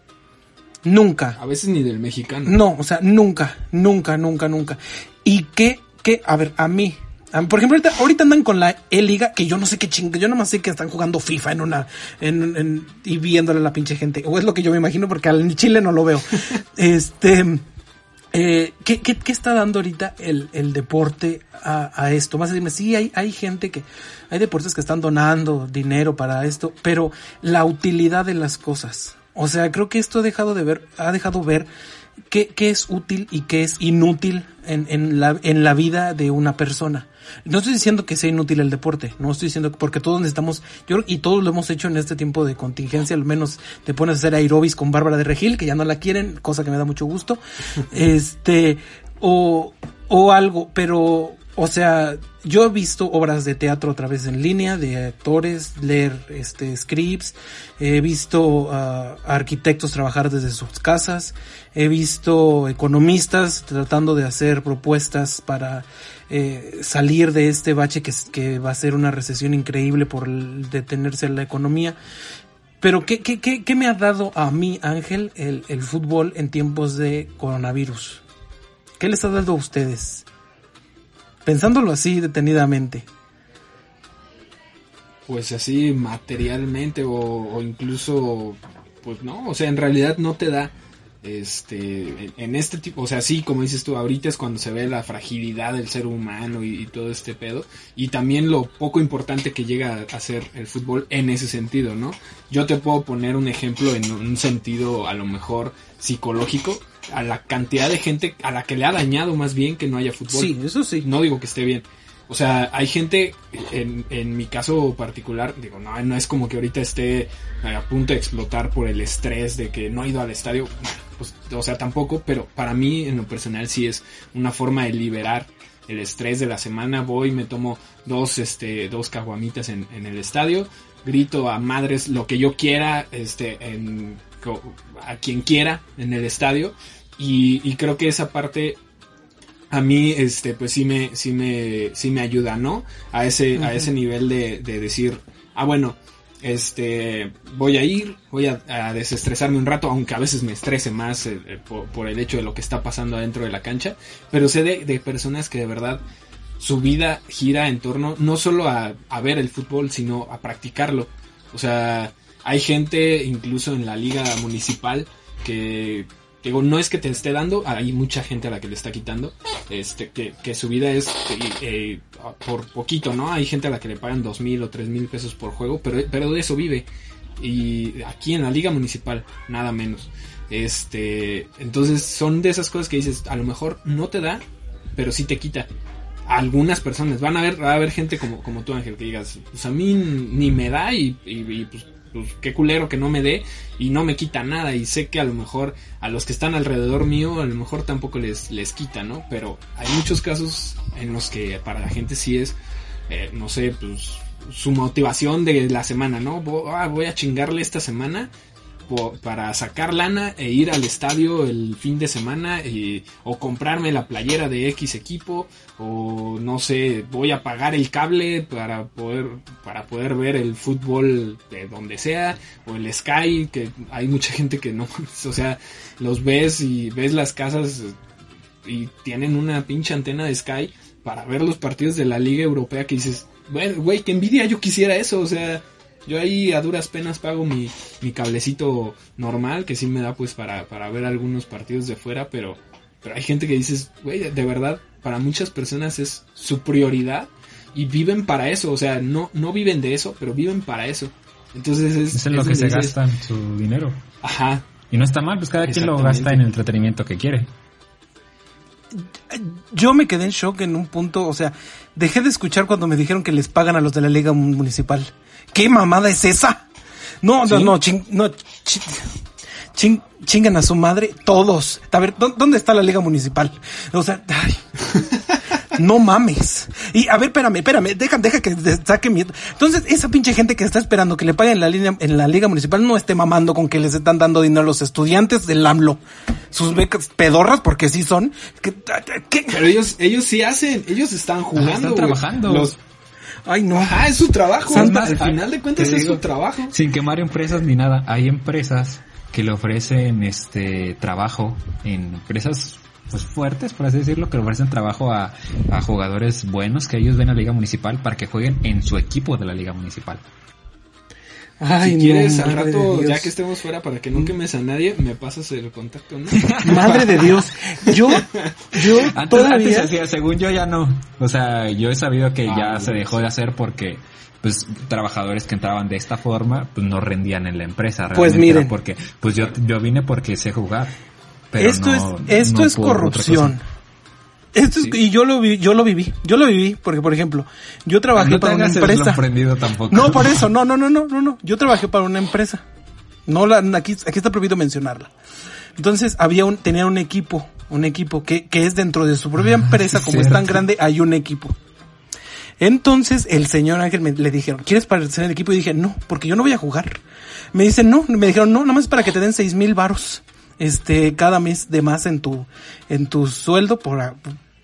Nunca. A veces ni del mexicano. No, o sea, nunca, nunca, nunca, nunca. Y que, que, a ver, a mí, a mí por ejemplo, ahorita, ahorita andan con la E-Liga, que yo no sé qué chingue, yo nada más sé que están jugando FIFA en una, en, en, y viéndole a la pinche gente. O es lo que yo me imagino, porque al Chile no lo veo. este, eh, ¿qué, qué, qué está dando ahorita el, el deporte a, a esto? Vas a decirme, sí, hay, hay gente que, hay deportes que están donando dinero para esto, pero la utilidad de las cosas. O sea, creo que esto ha dejado de ver, ha dejado ver qué, qué es útil y qué es inútil en, en la, en la vida de una persona. No estoy diciendo que sea inútil el deporte, no estoy diciendo que, porque todos necesitamos, yo y todos lo hemos hecho en este tiempo de contingencia, al menos te pones a hacer aerobis con Bárbara de Regil, que ya no la quieren, cosa que me da mucho gusto, este, o, o algo, pero, o sea, yo he visto obras de teatro otra vez en línea, de actores, leer este scripts, he visto uh, arquitectos trabajar desde sus casas, he visto economistas tratando de hacer propuestas para eh, salir de este bache que, que va a ser una recesión increíble por el detenerse la economía. Pero ¿qué, qué, qué, qué me ha dado a mí, Ángel, el, el fútbol en tiempos de coronavirus? ¿Qué les ha dado a ustedes? Pensándolo así detenidamente. pues así materialmente o, o incluso, pues no, o sea, en realidad no te da, este, en, en este tipo, o sea, sí, como dices tú, ahorita es cuando se ve la fragilidad del ser humano y, y todo este pedo, y también lo poco importante que llega a ser el fútbol en ese sentido, ¿no? Yo te puedo poner un ejemplo en un sentido a lo mejor psicológico, a la cantidad de gente a la que le ha dañado más bien que no haya fútbol. Sí, eso sí. No digo que esté bien. O sea, hay gente, en, en mi caso particular, digo, no, no es como que ahorita esté a punto de explotar por el estrés de que no he ido al estadio, pues, o sea, tampoco, pero para mí en lo personal sí es una forma de liberar el estrés de la semana. Voy, me tomo dos, este, dos caguamitas en, en el estadio, grito a madres lo que yo quiera, este, en, a quien quiera en el estadio, y, y creo que esa parte a mí, este, pues sí me, sí me, sí me ayuda, ¿no? A ese, uh-huh. a ese nivel de, de decir, ah, bueno, este, voy a ir, voy a, a desestresarme un rato, aunque a veces me estrese más eh, eh, por, por el hecho de lo que está pasando adentro de la cancha, pero sé de, de personas que de verdad su vida gira en torno no solo a, a ver el fútbol, sino a practicarlo. O sea, hay gente incluso en la liga municipal que, digo, no es que te esté dando, hay mucha gente a la que le está quitando, este, que, que su vida es eh, eh, por poquito, ¿no? Hay gente a la que le pagan dos mil o tres mil pesos por juego, pero, pero de eso vive. Y aquí en la liga municipal, nada menos. Este, entonces son de esas cosas que dices, a lo mejor no te da, pero sí te quita. A algunas personas, van a ver, va a haber gente como, como tú, Ángel, que digas, pues a mí ni me da y, y, y pues, pues qué culero que no me dé y no me quita nada, y sé que a lo mejor a los que están alrededor mío a lo mejor tampoco les, les quita, ¿no? Pero hay muchos casos en los que para la gente sí es, eh, no sé, pues su motivación de la semana, ¿no? Voy a chingarle esta semana para sacar lana e ir al estadio el fin de semana, y, o comprarme la playera de X equipo, o no sé, voy a pagar el cable para poder para poder ver el fútbol de donde sea, o el Sky, que hay mucha gente que no, o sea, los ves y ves las casas y tienen una pinche antena de Sky para ver los partidos de la Liga Europea, que dices, bueno, güey, qué envidia, yo quisiera eso, o sea, yo ahí a duras penas pago mi, mi cablecito normal, que sí me da pues para, para ver algunos partidos de fuera, pero, pero hay gente que dices, güey, de verdad, para muchas personas es su prioridad y viven para eso, o sea, no, no viven de eso, pero viven para eso. Entonces es, es en lo es que se dices, gastan su dinero. Ajá. Y no está mal, pues cada quien lo gasta en el entretenimiento que quiere. Yo me quedé en shock en un punto, o sea, dejé de escuchar cuando me dijeron que les pagan a los de la liga municipal. ¿Qué mamada es esa? No, ¿sí? no, no, ching, no, ching, ching, chingan a su madre todos. A ver, ¿dónde está la liga municipal? O sea, ay, no mames. Y a ver, espérame, espérame, deja, deja que saque miedo. Entonces, esa pinche gente que está esperando que le paguen la línea, en la liga municipal, no esté mamando con que les están dando dinero a los estudiantes del AMLO. Sus becas pedorras, porque sí son. ¿Qué, qué? Pero ellos, ellos sí hacen, ellos están jugando. Ah, están trabajando. Los, Ay, no. Ajá, es su trabajo. Santa, al final de cuentas es digo, su trabajo. Sin quemar empresas ni nada. Hay empresas que le ofrecen este trabajo en empresas pues fuertes, por así decirlo, que le ofrecen trabajo a, a jugadores buenos que ellos ven a la liga municipal para que jueguen en su equipo de la liga municipal. Ay, si quieres, no, al rato, ya que estemos fuera, para que no quemes a nadie, me pasas el contacto, ¿no? Madre de Dios. Yo, yo antes, todavía... Antes hacía, según yo ya no. O sea, yo he sabido que ah, ya no, se dejó de hacer porque, pues, trabajadores que entraban de esta forma, pues, no rendían en la empresa. Realmente pues miren. Era porque, pues yo, yo vine porque sé jugar. Pero esto no, es, esto no es corrupción. Esto es, sí. Y yo lo vi, yo lo viví, yo lo viví, porque por ejemplo, yo trabajé no para una empresa. Tampoco. No, por eso, no, no, no, no, no, no. Yo trabajé para una empresa. No la, aquí, aquí está prohibido mencionarla. Entonces había un, tenía un equipo, un equipo que, que es dentro de su propia empresa, como es tan grande, hay un equipo. Entonces el señor Ángel me le dijeron, ¿quieres parecer el equipo? Y dije, no, porque yo no voy a jugar. Me dicen, no, me dijeron, no, nada más para que te den seis mil varos, este, cada mes de más en tu, en tu sueldo por,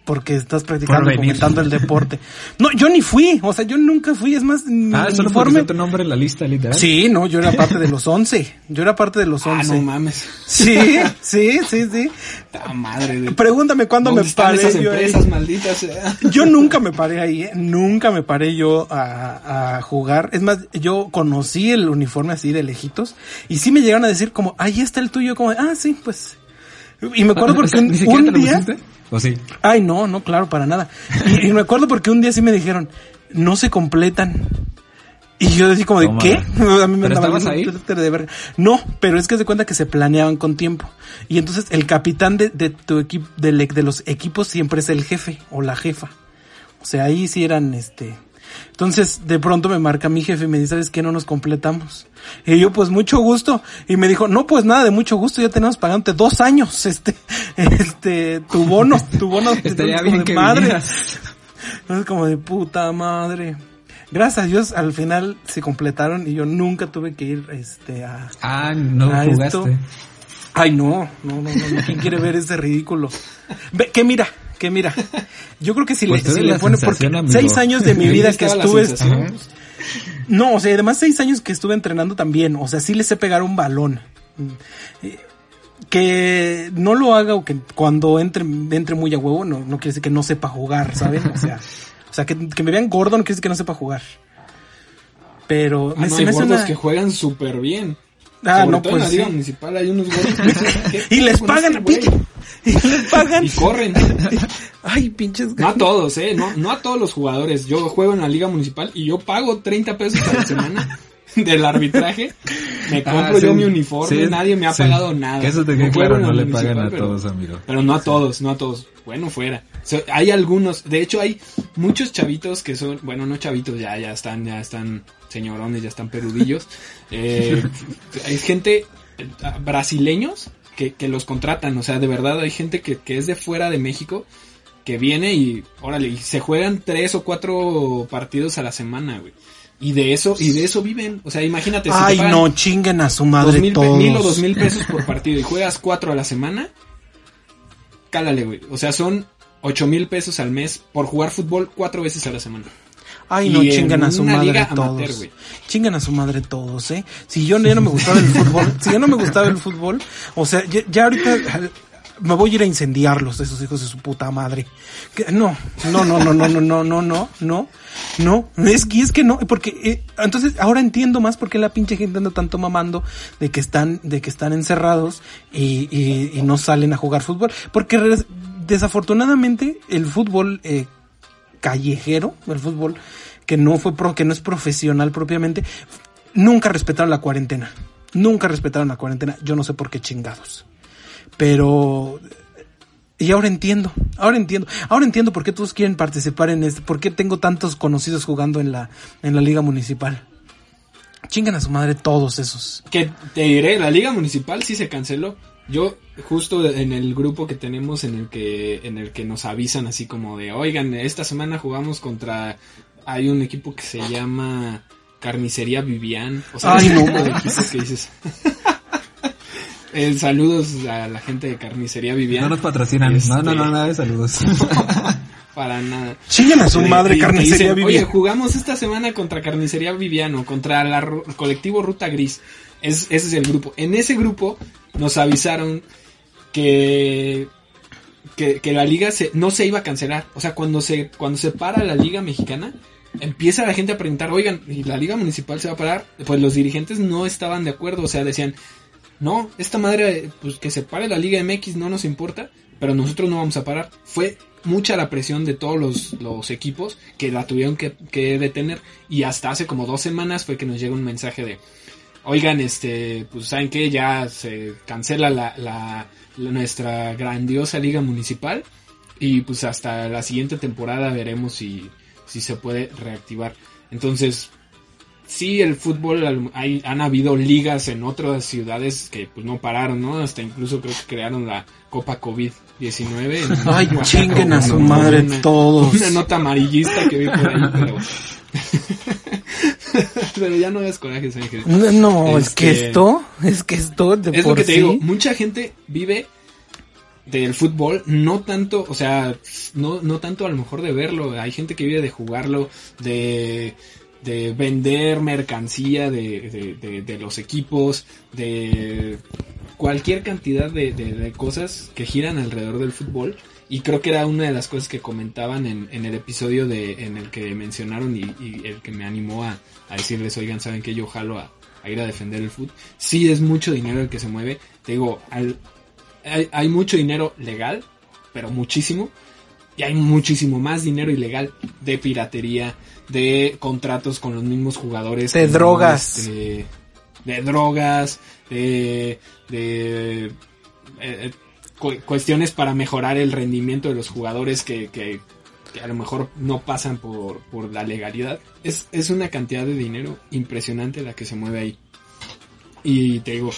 porque estás practicando y Por venir. comentando el deporte. No, yo ni fui, o sea, yo nunca fui, es más, mi Ah, solo porque uniforme. está tu nombre en la lista, literal. Sí, no, yo era parte de los once, yo era parte de los Ah, once. no mames. Sí, sí, sí, sí. Ta madre de... Pregúntame cuándo ¿Dónde me están paré esas yo ahí. empresas malditas? sea? Yo nunca me paré ahí, ¿eh? Nunca me paré yo a, a jugar. Es más, yo conocí el uniforme así de lejitos y sí me llegaron a decir como, ahí está el tuyo, como, ah, sí, pues. Y me acuerdo porque un, ¿Ni siquiera un te lo día... pusiste? ¿O sí? Ay, no, no, claro, para nada. Y, y me acuerdo porque un día sí me dijeron, no se completan. Y yo decía como de, Toma. ¿qué? A mí me ¿Pero andaba estabas ahí? de verga. No, pero es que se cuenta que se planeaban con tiempo. Y entonces el capitán de, de tu equipo, de, de los equipos siempre es el jefe o la jefa. O sea, ahí sí eran este... Entonces, de pronto me marca mi jefe y me dice, ¿sabes qué? No nos completamos. Y yo, pues, mucho gusto. Y me dijo, no, pues nada, de mucho gusto, ya tenemos pagándote dos años, este, este, tu bono, tu bono. Estaría como bien de que madre. vinieras. Entonces, como de puta madre. Gracias a Dios, al final se completaron y yo nunca tuve que ir, este, a... Ah, no a jugaste. esto. Ay, no, no, no, no, no. ¿Quién quiere ver ese ridículo? Ve, que mira, que mira. Yo creo que si Pues tú le, si eres le la pone, porque sensación, amigo. seis años de mi Ahí vida que estaba la estuve... sensación. No, o sea, además seis años que estuve entrenando también. O sea, sí le sé pegar un balón. Eh, Que no lo haga o que cuando entre, entre muy a huevo, no, no quiere decir que no sepa jugar, ¿saben? O sea, o sea que, que me vean gordo no quiere decir que no sepa jugar. Pero Ah, me, no, se hay me hace gordos una... que juegan súper bien. Ah, Sobre no, todo pues en la liga sí. municipal hay unos gordos que dicen, ¿qué Y les pedo con pagan, este güey? pinche- y les pagan. Y corren. Ay, pinches. No a todos, eh, no, no a todos los jugadores. Yo juego en la liga municipal y yo pago treinta pesos a la semana del arbitraje. Me compro Ah, sí. yo mi uniforme, Sí, nadie me ha sí. pagado nada. Que eso te Yo quede juego claro, en la no le municipal, pagan a pero- todos, amigo. Pero no a todos, no a todos. Bueno, fuera. O sea, hay algunos, de hecho hay muchos chavitos que son, bueno, no chavitos, ya, ya están, ya están señorones, ya están perudillos. Eh, hay gente, eh, brasileños, que, que los contratan, o sea, de verdad hay gente que, que es de fuera de México, que viene y, órale, y se juegan tres o cuatro partidos a la semana, güey. Y de eso, y de eso viven. O sea, imagínate, si Ay, te pagan no, chinguen a su madre dos mil, pe- todos. mil o dos mil pesos por partido y juegas cuatro a la semana, cálale, güey. O sea, son ocho mil pesos al mes por jugar fútbol cuatro veces a la semana. Ay, no, Y en chingan a su una madre liga todos. amateur, güey. Chingan a su madre todos, ¿eh? Si yo ya no me gustaba el fútbol, si ya no me gustaba el fútbol, o sea, ya, ya ahorita me voy a ir a incendiarlos, esos hijos de su puta madre. Que- No, no, no, no, no, no, no, no, no, no, no, es que, es que no, porque, eh, entonces ahora entiendo más por qué la pinche gente anda tanto mamando de que están, de que están encerrados y, y, y no salen a jugar fútbol, porque res- desafortunadamente el fútbol, eh, callejero, el fútbol que no fue pro, que no es profesional propiamente, nunca respetaron la cuarentena. Nunca respetaron la cuarentena. Yo no sé por qué chingados. Pero y ahora entiendo, ahora entiendo, ahora entiendo por qué todos quieren participar en este, por qué tengo tantos conocidos jugando en la en la liga municipal. Chingan a su madre todos esos. Que te diré, la liga municipal sí se canceló. Yo justo en el grupo que tenemos en el que en el que nos avisan así como de, oigan, esta semana jugamos contra, hay un equipo que se llama Carnicería Vivian. O sea, Ay, ese no. tipo de equipos que dices. Eh, saludos a la gente de Carnicería Vivian. No nos patrocinan. Este, No, no, no, nada de saludos. Para nada. Chingan a su Eh, madre, y te Carnicería dicen, Vivian. oye, jugamos esta semana contra Carnicería Viviano, contra la ru- el colectivo Ruta Gris. Es, ese es el grupo. En ese grupo nos avisaron que, que, que la liga se, no se iba a cancelar. O sea, cuando se, cuando se para la liga mexicana, empieza la gente a preguntar, oigan, ¿y la liga municipal se va a parar? Pues los dirigentes no estaban de acuerdo. O sea, decían, no, esta madre, pues que se pare la Liga M X no nos importa, pero nosotros no vamos a parar. Fue mucha la presión de todos los, los equipos que la tuvieron que, que detener, y hasta hace como dos semanas fue que nos llega un mensaje de, oigan, este, pues saben que ya se cancela la, la, la nuestra grandiosa liga municipal, y pues hasta la siguiente temporada veremos si, si se puede reactivar. Entonces, sí, el fútbol, hay, han habido ligas en otras ciudades que pues no pararon, ¿no? Hasta incluso creo que crearon la Copa COVID diecinueve. Ay, chinguen a su madre una, todos. Una nota amarillista que vi por ahí, pero... pero ya no ves corajes, Ángel. No, no, es que Este, esto, es que esto de Es por lo que te sí. digo, mucha gente vive del fútbol, no tanto, o sea, no, no tanto a lo mejor de verlo, hay gente que vive de jugarlo, de, de vender mercancía de, de, de, de los equipos, de cualquier cantidad de, de, de cosas que giran alrededor del fútbol. Y creo que era una de las cosas que comentaban en, en el episodio de en el que mencionaron y, y el que me animó a, a decirles, oigan, ¿saben qué? Yo jalo a, a ir a defender el fútbol. Sí es mucho dinero el que se mueve. Te digo, al, hay, hay mucho dinero legal, pero muchísimo. Y hay muchísimo más dinero ilegal de piratería, de contratos con los mismos jugadores. De drogas. Este, de drogas, de... de eh, cuestiones para mejorar el rendimiento de los jugadores que, que, que a lo mejor no pasan por, por la legalidad. Es, es una cantidad de dinero impresionante la que se mueve ahí. Y te digo,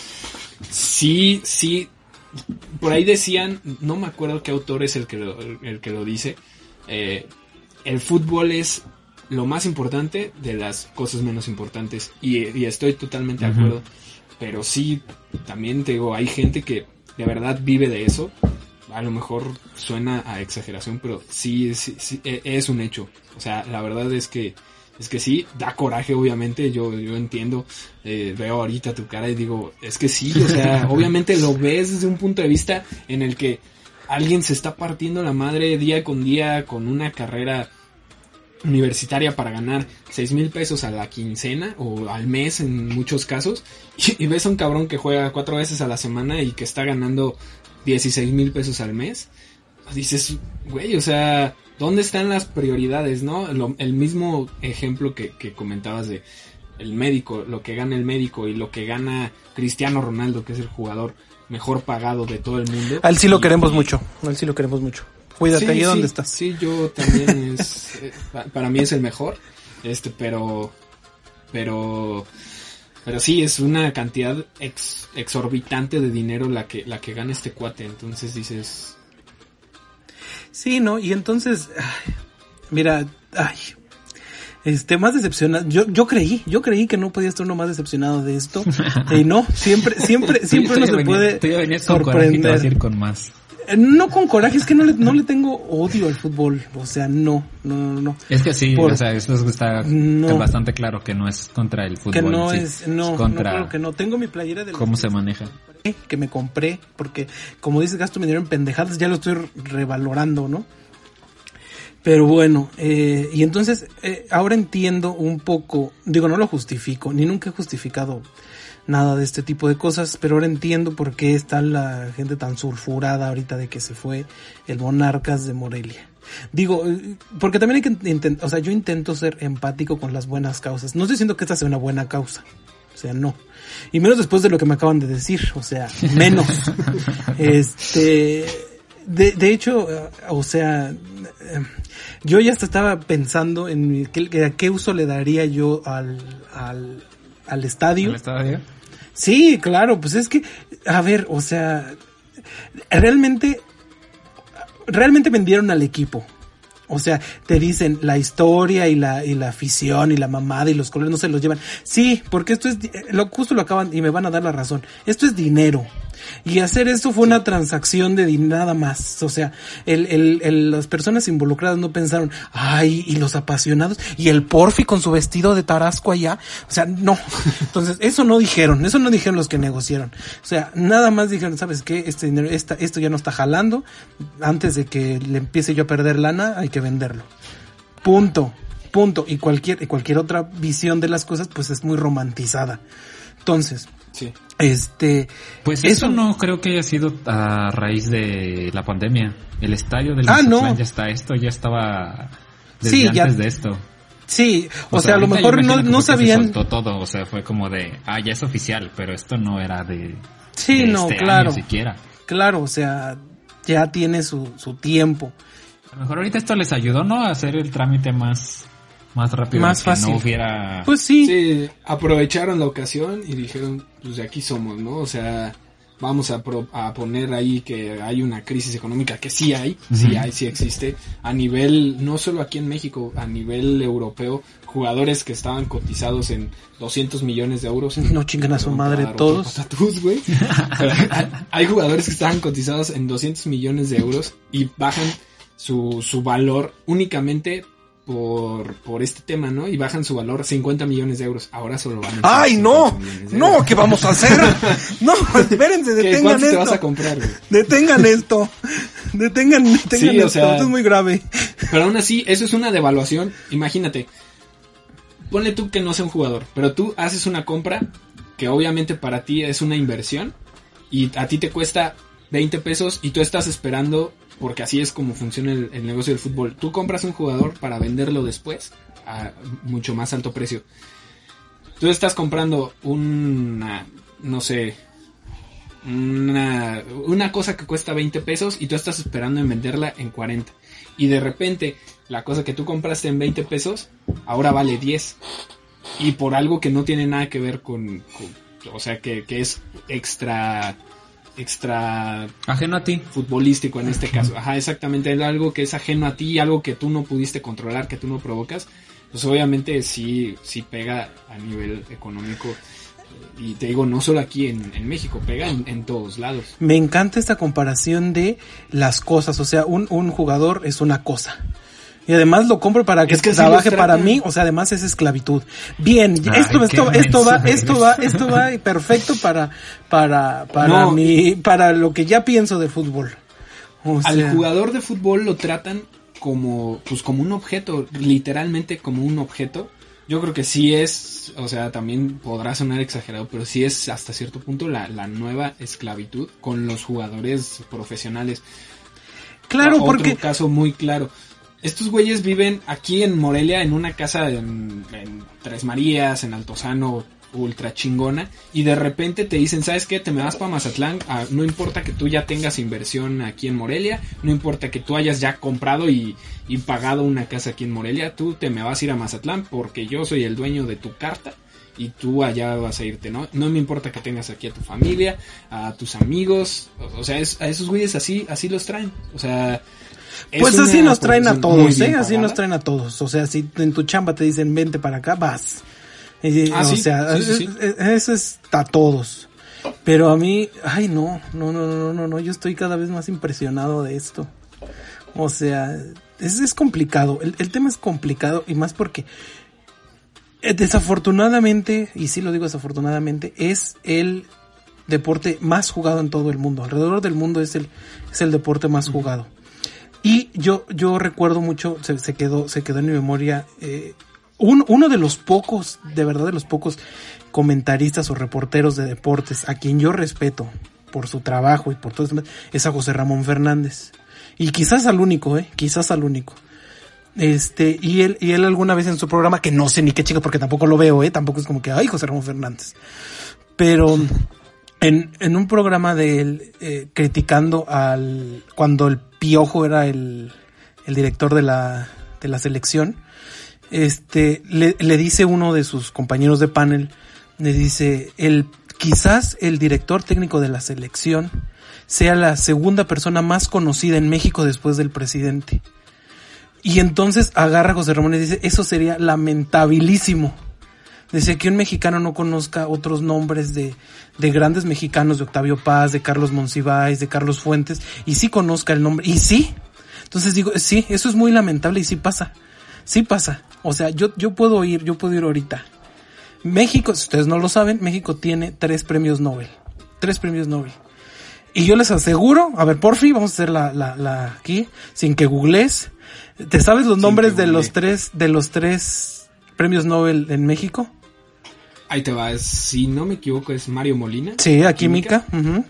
sí, sí, por ahí decían, no me acuerdo qué autor es el que lo, el que lo dice, eh, el fútbol es lo más importante de las cosas menos importantes. Y, y estoy totalmente de acuerdo. Uh-huh. Pero sí, también te digo, hay gente que de verdad vive de eso. A lo mejor suena a exageración, pero sí, sí, sí es un hecho. O sea, la verdad es que es que sí, da coraje, obviamente. Yo, yo entiendo, eh, veo ahorita tu cara y digo, es que sí, o sea, obviamente lo ves desde un punto de vista en el que alguien se está partiendo la madre día con día con una carrera universitaria para ganar seis mil pesos a la quincena o al mes en muchos casos, y, y ves a un cabrón que juega cuatro veces a la semana y que está ganando dieciséis mil pesos al mes. Dices, güey, o sea, ¿dónde están las prioridades, no? Lo, el mismo ejemplo que, que comentabas de el médico, lo que gana el médico y lo que gana Cristiano Ronaldo, que es el jugador mejor pagado de todo el mundo. A él sí lo y, queremos y, mucho, a él sí lo queremos mucho. Cuídate, sí, ahí sí, donde estás. Sí, yo también es, eh, para mí es el mejor, este, pero, pero, pero sí, es una cantidad ex, exorbitante de dinero la que, la que gana este cuate, entonces dices. Sí, ¿no? Y entonces, ay, mira, ay, este, más decepcionado, yo, yo creí, yo creí que no podía estar uno más decepcionado de esto, y no, siempre, siempre, siempre uno se venía, puede tú ya venías con coraje y te vas a ir con más. No con coraje, es que no le, no le tengo odio al fútbol, o sea, no, no, no, no. Es que sí, Por, o sea, eso está no, bastante claro que no es contra el fútbol. Que no sí, es, no, es contra no, claro que no. Tengo mi playera de cómo se maneja. Que me compré, porque como dices, gasto mi dinero en pendejadas, ya lo estoy revalorando, ¿no? Pero bueno, eh, y entonces, eh, ahora entiendo un poco, digo, no lo justifico, ni nunca he justificado nada de este tipo de cosas, pero ahora entiendo por qué está la gente tan sulfurada ahorita de que se fue el Monarcas de Morelia. Digo, porque también hay que intentar, o sea, yo intento ser empático con las buenas causas. No estoy diciendo que esta sea una buena causa, o sea, no. Y menos después de lo que me acaban de decir, o sea, menos. este, de, de hecho, o sea, yo ya hasta estaba pensando en qué, qué uso le daría yo al, al, al estadio. ¿Al estadio? Sí, claro, pues es que, a ver, o sea, realmente, realmente vendieron al equipo. O sea, te dicen la historia y la y la afición y la mamada y los colores no se los llevan. Sí, porque esto es, lo justo lo acaban y me van a dar la razón. Esto es dinero. Y hacer esto fue una transacción de nada más. O sea, el, el, el, las personas involucradas no pensaron, ay, y los apasionados, y el Porfi con su vestido de tarasco allá. O sea, no. Entonces, eso no dijeron, eso no dijeron los que negociaron. O sea, nada más dijeron, ¿sabes qué? Este dinero, esta, esto ya no está jalando. Antes de que le empiece yo a perder lana, hay que venderlo. Punto. Punto. Y cualquier, y cualquier otra visión de las cosas, pues es muy romantizada. Entonces, sí. Este, pues eso, eso no creo que haya sido a raíz de la pandemia. El estadio del ah, no. ya está, esto ya estaba desde sí, antes ya, de esto. Sí, o, o sea, sea, a lo mejor no, no sabían. Se soltó todo, o sea, fue como de, ah, ya es oficial, pero esto no era de. Sí, de no, este claro. año siquiera. Claro, o sea, ya tiene su, su tiempo. A lo mejor ahorita esto les ayudó, ¿no? A hacer el trámite más. Más rápido, más que fácil. No hubiera... Pues sí. Sí, aprovecharon la ocasión y dijeron, pues de aquí somos, ¿no? O sea, vamos a, pro, a poner ahí que hay una crisis económica, que sí hay, uh-huh. sí hay, sí existe, a nivel, no solo aquí en México, a nivel europeo, jugadores que estaban cotizados en doscientos millones de euros. No chingan a su madre todos. Patatús, güey. hay, hay jugadores que estaban cotizados en doscientos millones de euros y bajan su, su valor únicamente por por este tema, ¿no? Y bajan su valor a cincuenta millones de euros. Ahora solo van a... ¡Ay, no! ¡No! ¿Qué vamos a hacer? No, espérense, detengan ¿Cuánto esto. te vas a comprar, güey? Detengan esto. Detengan, detengan sí, esto. O sea, esto es muy grave. Pero aún así, eso es una devaluación. Imagínate. Ponle tú que no sea un jugador, pero tú haces una compra que obviamente para ti es una inversión y a ti te cuesta veinte pesos y tú estás esperando... Porque así es como funciona el, el negocio del fútbol. Tú compras un jugador para venderlo después a mucho más alto precio. Tú estás comprando una, no sé, una, una cosa que cuesta veinte pesos y tú estás esperando en venderla en cuarenta. Y de repente la cosa que tú compraste en veinte pesos ahora vale diez. Y por algo que no tiene nada que ver con, con o sea, que, que es extra... extra ajeno a ti, futbolístico en este caso, ajá, exactamente, es algo que es ajeno a ti, algo que tú no pudiste controlar, que tú no provocas, pues obviamente sí, sí pega a nivel económico, y te digo, no solo aquí en, en México, pega en, en todos lados. Me encanta esta comparación de las cosas, o sea, un, un jugador es una cosa. Y además lo compro para que, es que trabaje para mí, o sea, además es esclavitud. Bien, Ay, esto esto esto va esto va esto va perfecto para para para no, mi para lo que ya pienso de fútbol. O sea, al jugador de fútbol lo tratan como pues como un objeto, literalmente como un objeto. Yo creo que sí es, o sea, también podrá sonar exagerado, pero sí es hasta cierto punto la la nueva esclavitud con los jugadores profesionales. Claro, Otro porque otro caso muy claro. Estos güeyes viven aquí en Morelia, en una casa en, en Tres Marías, en Altozano, ultra chingona, y de repente te dicen, ¿sabes qué? Te me vas para Mazatlán, ah, no importa que tú ya tengas inversión aquí en Morelia, no importa que tú hayas ya comprado y, y pagado una casa aquí en Morelia, tú te me vas a ir a Mazatlán porque yo soy el dueño de tu carta y tú allá vas a irte, ¿no? No me importa que tengas aquí a tu familia, a tus amigos, o, o sea, es, a esos güeyes así, así los traen, o sea... Pues así nos traen a todos, ¿eh? Así nos traen a todos. O sea, si en tu chamba te dicen vente para acá, vas. Y, ah, o sí, sea, sí, sí, sí. Eso es a todos. Pero a mí, ay no, no, no, no, no, no, yo estoy cada vez más impresionado de esto. O sea, es, es complicado. El, el tema es complicado y más porque eh, desafortunadamente, y sí lo digo desafortunadamente, es el deporte más jugado en todo el mundo. Alrededor del mundo es el, es el deporte más jugado. Y yo, yo recuerdo mucho, se, se quedó, se quedó en mi memoria, eh, un, uno de los pocos, de verdad de los pocos comentaristas o reporteros de deportes a quien yo respeto por su trabajo y por todo eso, es a José Ramón Fernández. Y quizás al único, eh, quizás al único. Este, y él, y él alguna vez en su programa, que no sé ni qué chico porque tampoco lo veo, eh, tampoco es como que, ay, José Ramón Fernández. Pero, en, en un programa de él, eh, criticando al, cuando el Piojo era el, el director de la, de la selección, este, le, le dice uno de sus compañeros de panel, le dice, el, quizás el director técnico de la selección sea la segunda persona más conocida en México después del presidente. Y entonces agarra a José Ramón y dice, eso sería lamentabilísimo. Dice que un mexicano no conozca otros nombres de, de grandes mexicanos, de Octavio Paz, de Carlos Monsiváis, de Carlos Fuentes, y sí conozca el nombre, y sí. Entonces digo, sí, eso es muy lamentable y sí pasa, sí pasa. O sea, yo, yo puedo ir, yo puedo ir ahorita. México, si ustedes no lo saben, México tiene tres premios Nobel, tres premios Nobel. Y yo les aseguro, a ver, porfi, vamos a hacer la, la, la, aquí, sin que googlees. ¿Te sabes los nombres de los tres, de los tres premios Nobel en México? Ahí te va, si no me equivoco es Mario Molina. Sí, a química. química. Uh-huh.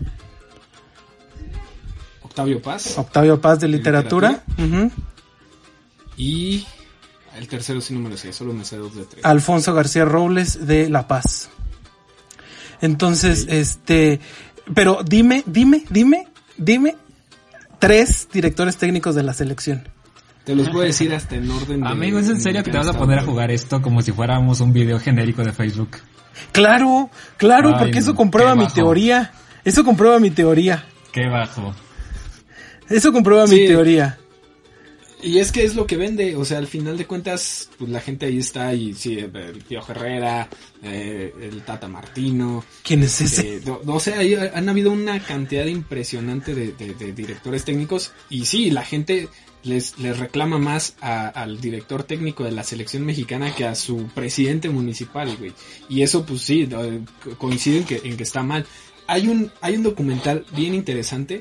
Octavio Paz. Octavio Paz de, de literatura. literatura. Uh-huh. Y el tercero sí no me lo sé, solo me sé dos de tres. Alfonso García Robles de La Paz. Entonces, sí. este, pero dime, dime, dime, dime tres directores técnicos de la selección. Te los voy a decir hasta en orden de... Amigo, ¿es en serio que te vas a poner a jugar esto como si fuéramos un video genérico de Facebook? Claro, claro, Ay, porque eso comprueba mi teoría. Eso comprueba mi teoría. Qué bajo. Eso comprueba Sí. mi teoría. Y es que es lo que vende, o sea, al final de cuentas, pues la gente ahí está y sí, el Tío Herrera, eh, el Tata Martino. ¿Quién es ese? Eh, no, o sea, ahí han habido una cantidad impresionante de, de, de directores técnicos y sí, la gente les, les reclama más a, al director técnico de la selección mexicana que a su presidente municipal, güey. Y eso, pues sí, coinciden que, en que está mal. Hay un, hay un documental bien interesante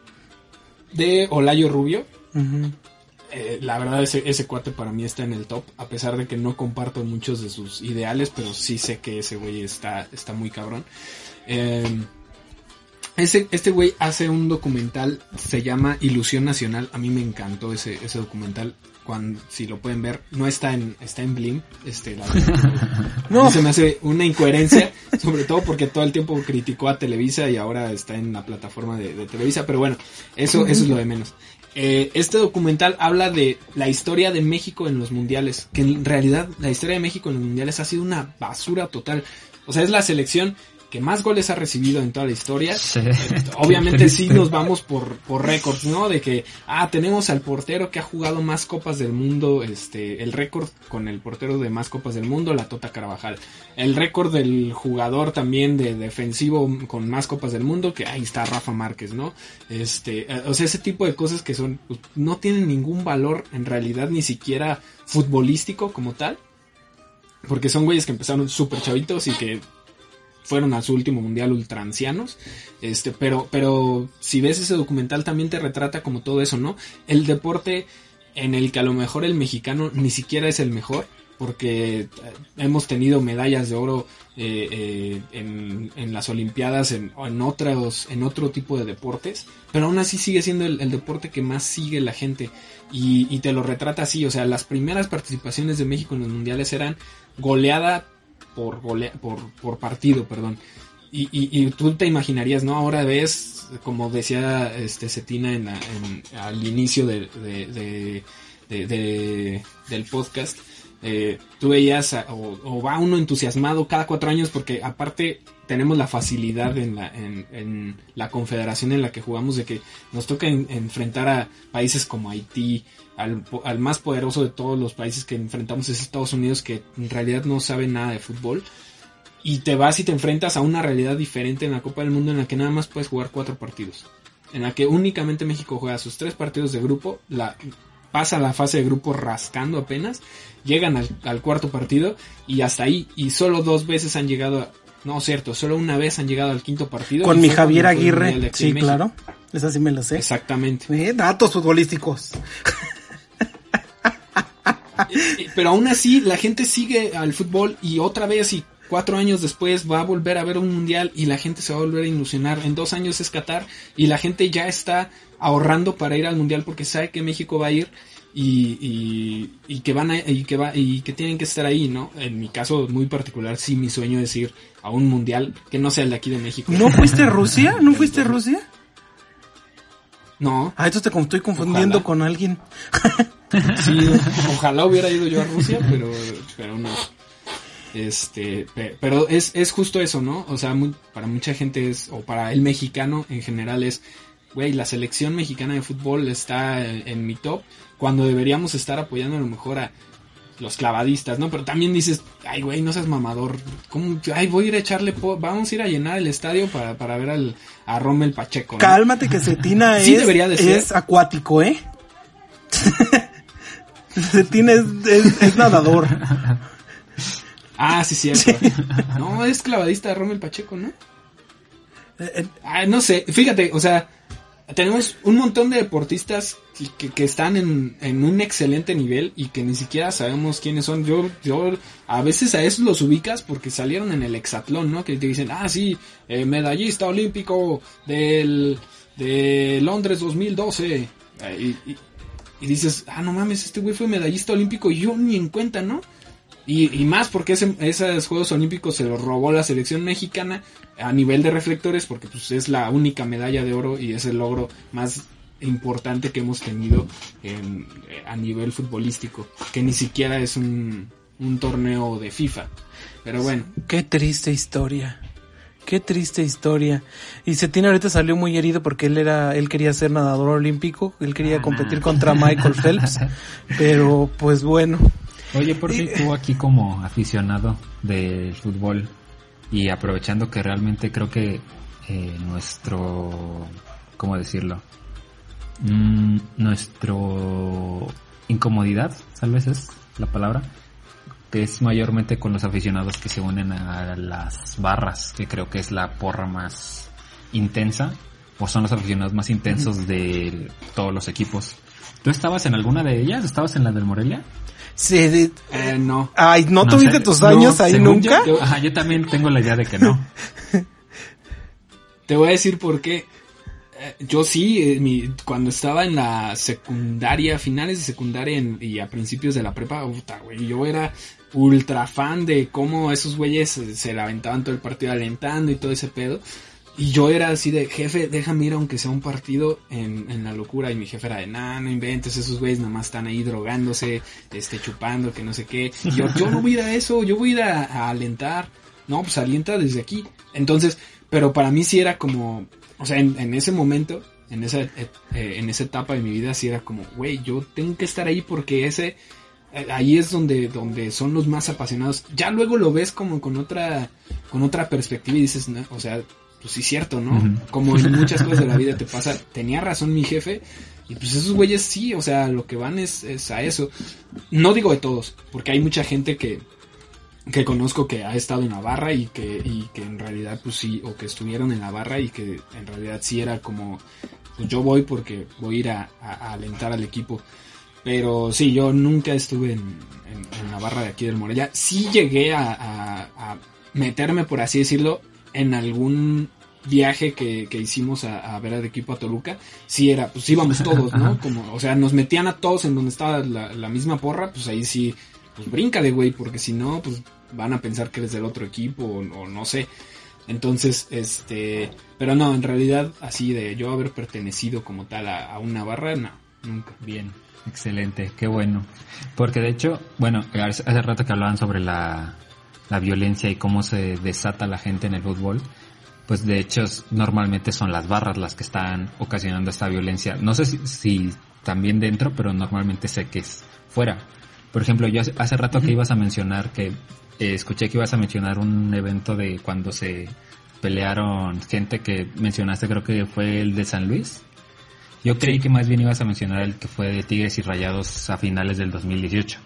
de Olayo Rubio. Uh-huh. Eh, la verdad ese, ese cuate para mí está en el top, a pesar de que no comparto muchos de sus ideales, pero sí sé que ese güey está, está muy cabrón. Eh, ese, este güey hace un documental, se llama Ilusión Nacional, a mí me encantó ese, ese documental, cuando, si lo pueden ver, no está en, está en Blim, este, la no. Se me hace una incoherencia, sobre todo porque todo el tiempo criticó a Televisa y ahora está en la plataforma de, de Televisa, pero bueno, eso, eso es lo de menos. Eh, este documental habla de la historia de México en los mundiales, que en realidad la historia de México en los mundiales ha sido una basura total. O sea, es la selección que más goles ha recibido en toda la historia. Sí. Eh, obviamente sí nos vamos por, por récords, ¿no? De que, ah, tenemos al portero que ha jugado más copas del mundo, este, el récord con el portero de más copas del mundo, la Tota Carvajal. El récord del jugador también de defensivo con más copas del mundo, que ahí está Rafa Márquez, ¿no? Este, o sea, ese tipo de cosas que son, pues, no tienen ningún valor en realidad, ni siquiera futbolístico como tal, porque son güeyes que empezaron súper chavitos y que fueron a su último mundial ultra ancianos, este, pero, pero si ves ese documental también te retrata como todo eso, ¿no? El deporte en el que a lo mejor el mexicano ni siquiera es el mejor, porque hemos tenido medallas de oro eh, eh, en, en las olimpiadas, en, en otros, en otro tipo de deportes, pero aún así sigue siendo el, el deporte que más sigue la gente, y, y te lo retrata así, o sea, las primeras participaciones de México en los mundiales eran goleada por golea, por, por partido, perdón. Y, y, y tú te imaginarías, ¿no? Ahora ves, como decía este Cetina en la, en, al inicio de, de, de, de, de del podcast, eh, tú veías a, o, o va uno entusiasmado cada cuatro años porque aparte tenemos la facilidad en la, en, en la confederación en la que jugamos de que nos toca en, enfrentar a países como Haití, al, al más poderoso de todos los países que enfrentamos es Estados Unidos, que en realidad no sabe nada de fútbol, y te vas y te enfrentas a una realidad diferente en la Copa del Mundo en la que nada más puedes jugar cuatro partidos, en la que únicamente México juega sus tres partidos de grupo, la pasa la fase de grupo rascando apenas, llegan al, al cuarto partido y hasta ahí, y solo dos veces han llegado a, no, cierto, solo una vez han llegado al quinto partido. Con mi Javier Aguirre, sí, claro, esa sí me la sé. Exactamente. Eh, datos futbolísticos. Pero aún así la gente sigue al fútbol y otra vez y cuatro años después va a volver a ver un mundial y la gente se va a volver a ilusionar. En dos años es Qatar y la gente ya está ahorrando para ir al mundial porque sabe que México va a ir y, y, y que van a, y que va y que tienen que estar ahí, ¿no? En mi caso muy particular sí, mi sueño es ir a un mundial que no sea el de aquí de México. ¿No fuiste a Rusia? ¿No fuiste a Rusia? No. Ah, entonces te estoy confundiendo Ojalá. con alguien. Sí, ojalá hubiera ido yo a Rusia, pero, pero no. Este, pero es, es justo eso, ¿no? O sea, muy, para mucha gente es, o para el mexicano en general es, güey, la selección mexicana de fútbol está en, en mi top, cuando deberíamos estar apoyando a lo mejor a los clavadistas, ¿no? Pero también dices, ay, güey, no seas mamador, ¿cómo? Ay, voy a ir a echarle, po- vamos a ir a llenar el estadio para, para ver al, a Rommel Pacheco, ¿no? Cálmate que Cetina Sí es, debería de ser. es acuático, ¿eh? Cetina es, es, es nadador. Ah, sí, cierto. Sí. No, es clavadista de Rommel Pacheco, ¿no? Eh, eh, Ah, no sé, fíjate, o sea, tenemos un montón de deportistas que, que, que están en, en un excelente nivel y que ni siquiera sabemos quiénes son. Yo, yo a veces a esos los ubicas porque salieron en el hexatlón, ¿no? Que te dicen, ah, sí, eh, medallista olímpico del de Londres dos mil doce. Eh, y, y, y dices, ah, no mames, este güey fue medallista olímpico y yo ni en cuenta, ¿no? Y, y más porque ese, esos Juegos Olímpicos se los robó la selección mexicana a nivel de reflectores, porque pues es la única medalla de oro y es el logro más importante que hemos tenido en, a nivel futbolístico, que ni siquiera es un, un torneo de FIFA. Pero bueno. Qué triste historia. Qué triste historia. Y Cetina ahorita salió muy herido porque él era, él quería ser nadador olímpico, él quería competir contra Michael Phelps, pero pues bueno. Oye, por si tú aquí como aficionado del fútbol y aprovechando que realmente creo que eh, nuestro, ¿cómo decirlo? Mm, nuestro incomodidad, tal vez es la palabra, que es mayormente con los aficionados que se unen a las barras, que creo que es la porra más intensa, o son los aficionados más intensos de todos los equipos. ¿Tú estabas en alguna de ellas? ¿Estabas en la del Morelia? Sí, sí. Eh, no. Ay, ¿no, no tuviste sé, tus años no, ahí nunca? Yo, ajá, yo también tengo la idea de que no. Te voy a decir por qué. Yo sí, eh, mi, cuando estaba en la secundaria, finales de secundaria en, y a principios de la prepa, puta, güey, yo era ultra fan de cómo esos güeyes se, se la aventaban todo el partido alentando y todo ese pedo. Y yo era así de, jefe, déjame ir aunque sea un partido en, en la locura. Y mi jefe era de, nah, no inventes, esos güeyes nada más están ahí drogándose, este, chupando, que no sé qué. Y yo, yo no voy a ir a eso, yo voy a ir a, a alentar. No, pues alienta desde aquí. Entonces, pero para mí sí era como... O sea, en, en ese momento, en esa, eh, en esa etapa de mi vida, sí era como, güey, yo tengo que estar ahí porque ese, eh, ahí es donde, donde son los más apasionados. Ya luego lo ves como con otra, con otra perspectiva y dices, no, o sea, pues sí es cierto, ¿no? Uh-huh. Como en muchas cosas de la vida te pasa, tenía razón mi jefe, y pues esos güeyes sí, o sea, lo que van es, es a eso. No digo de todos, porque hay mucha gente que, que conozco que ha estado en la barra y que y que en realidad pues sí, o que estuvieron en la barra y que en realidad sí era como, pues yo voy porque voy a ir a, a, a alentar al equipo. Pero sí, yo nunca estuve en, en, en la barra de aquí del Morelia. Sí llegué a, a, a meterme, por así decirlo, en algún viaje que, que hicimos a, a ver al equipo a Toluca. Sí era, pues íbamos todos, ¿no? Como, o sea, nos metían a todos en donde estaba la, la misma porra, pues ahí sí, pues bríncale, güey, porque si no, pues van a pensar que eres del otro equipo o, o no sé. Entonces, este, pero no, en realidad así de yo haber pertenecido como tal a, a una barra, no, nunca. Bien, excelente, qué bueno. Porque de hecho, bueno, hace rato que hablaban sobre la, la violencia y cómo se desata la gente en el fútbol, pues de hecho normalmente son las barras las que están ocasionando esta violencia. No sé si, si también dentro, pero normalmente sé que es fuera. Por ejemplo, yo hace, hace rato que ibas a mencionar que Eh, escuché que ibas a mencionar un evento de cuando se pelearon gente que mencionaste, creo que fue el de San Luis. Yo sí. Creí que más bien ibas a mencionar el que fue de Tigres y Rayados a finales del dos mil dieciocho.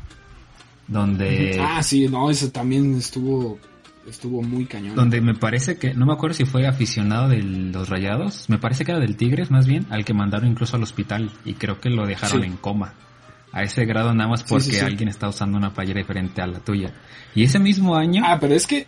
Donde... Ah, sí, no, ese también estuvo estuvo muy cañón. Donde me parece que, no me acuerdo si fue aficionado de los Rayados, me parece que era del Tigres más bien, al que mandaron incluso al hospital y creo que lo dejaron sí. en coma. A ese grado nada más porque sí, sí, sí. alguien está usando una playera diferente a la tuya. Y ese mismo año... Ah, pero es que...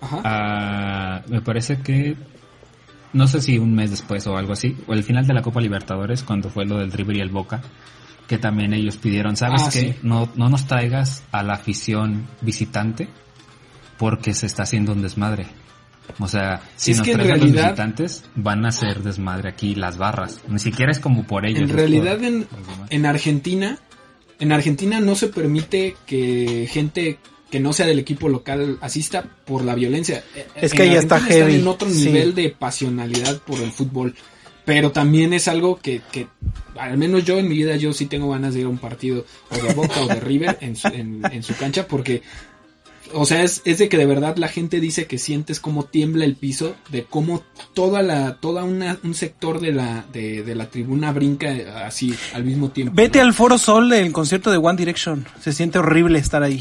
Ajá. Uh, me parece que... No sé si un mes después o algo así. O el final de la Copa Libertadores, cuando fue lo del River y el Boca. Que también ellos pidieron, ¿sabes ah, qué? Sí. No, no nos traigas a la afición visitante porque se está haciendo un desmadre. O sea, si es nos traes realidad, a los visitantes, van a hacer desmadre aquí las barras. Ni siquiera es como por ellos. En realidad, en, en Argentina... En Argentina no se permite que gente que no sea del equipo local asista por la violencia. Es que ya está heavy. Están en otro nivel sí. de pasionalidad por el fútbol. Pero también es algo que, que, al menos yo en mi vida, yo sí tengo ganas de ir a un partido o de Boca o de River en su, en, en su cancha porque... O sea, es, es de que de verdad la gente dice que sientes cómo tiembla el piso, de cómo toda la, toda una, un sector de la, de, de la tribuna brinca así al mismo tiempo. Vete ¿no? al Foro Sol del concierto de One Direction. Se siente horrible estar ahí.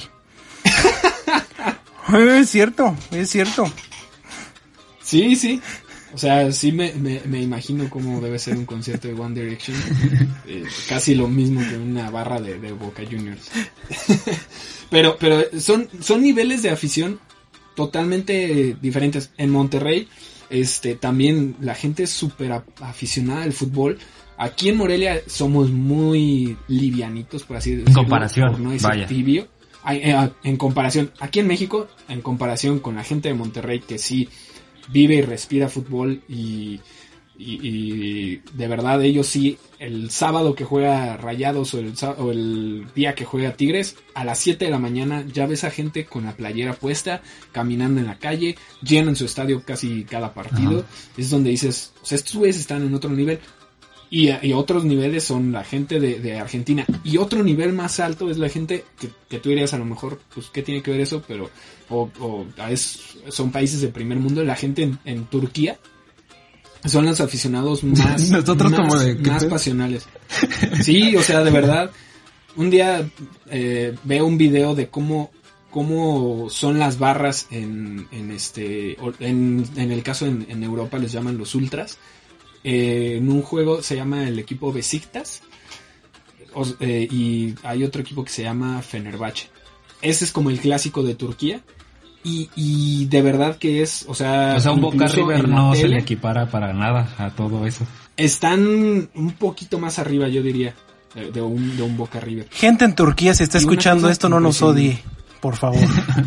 Es cierto, es cierto. Sí, sí. O sea, sí me, me, me imagino cómo debe ser un concierto de One Direction. Eh, casi lo mismo que una barra de, de Boca Juniors. Pero, pero son, son niveles de afición totalmente diferentes. En Monterrey, este, también la gente es súper aficionada al fútbol. Aquí en Morelia somos muy livianitos, por así decirlo. En comparación, por no decir vaya. Tibio. En comparación, aquí en México, en comparación con la gente de Monterrey que sí vive y respira fútbol y y, y de verdad ellos sí, el sábado que juega Rayados o el, o el día que juega Tigres, a las siete de la mañana ya ves a gente con la playera puesta, caminando en la calle, llenan su estadio casi cada partido. Ajá. Es donde dices, o sea, estos güeyes están en otro nivel. Y, y otros niveles son la gente de, de Argentina. Y otro nivel más alto es la gente que, que tú dirías a lo mejor, pues, ¿qué tiene que ver eso? Pero, o, o es, son países de primer mundo. La gente en, en Turquía son los aficionados más, Nosotros más, como de, más pasionales. Sí, o sea, de verdad. Un día eh, veo un video de cómo, cómo son las barras en, en este, en, en el caso en, en Europa les llaman los ultras. Eh, en un juego se llama el equipo Besiktas o, eh, y hay otro equipo que se llama Fenerbahce. Ese es como el clásico de Turquía y, y de verdad que es, o sea, o sea un Boca River no tele, se le equipara para nada a todo eso. Están un poquito más arriba, yo diría, de, de, un, de un Boca River. Gente en Turquía, si está escuchando esto, no nos odie, por favor.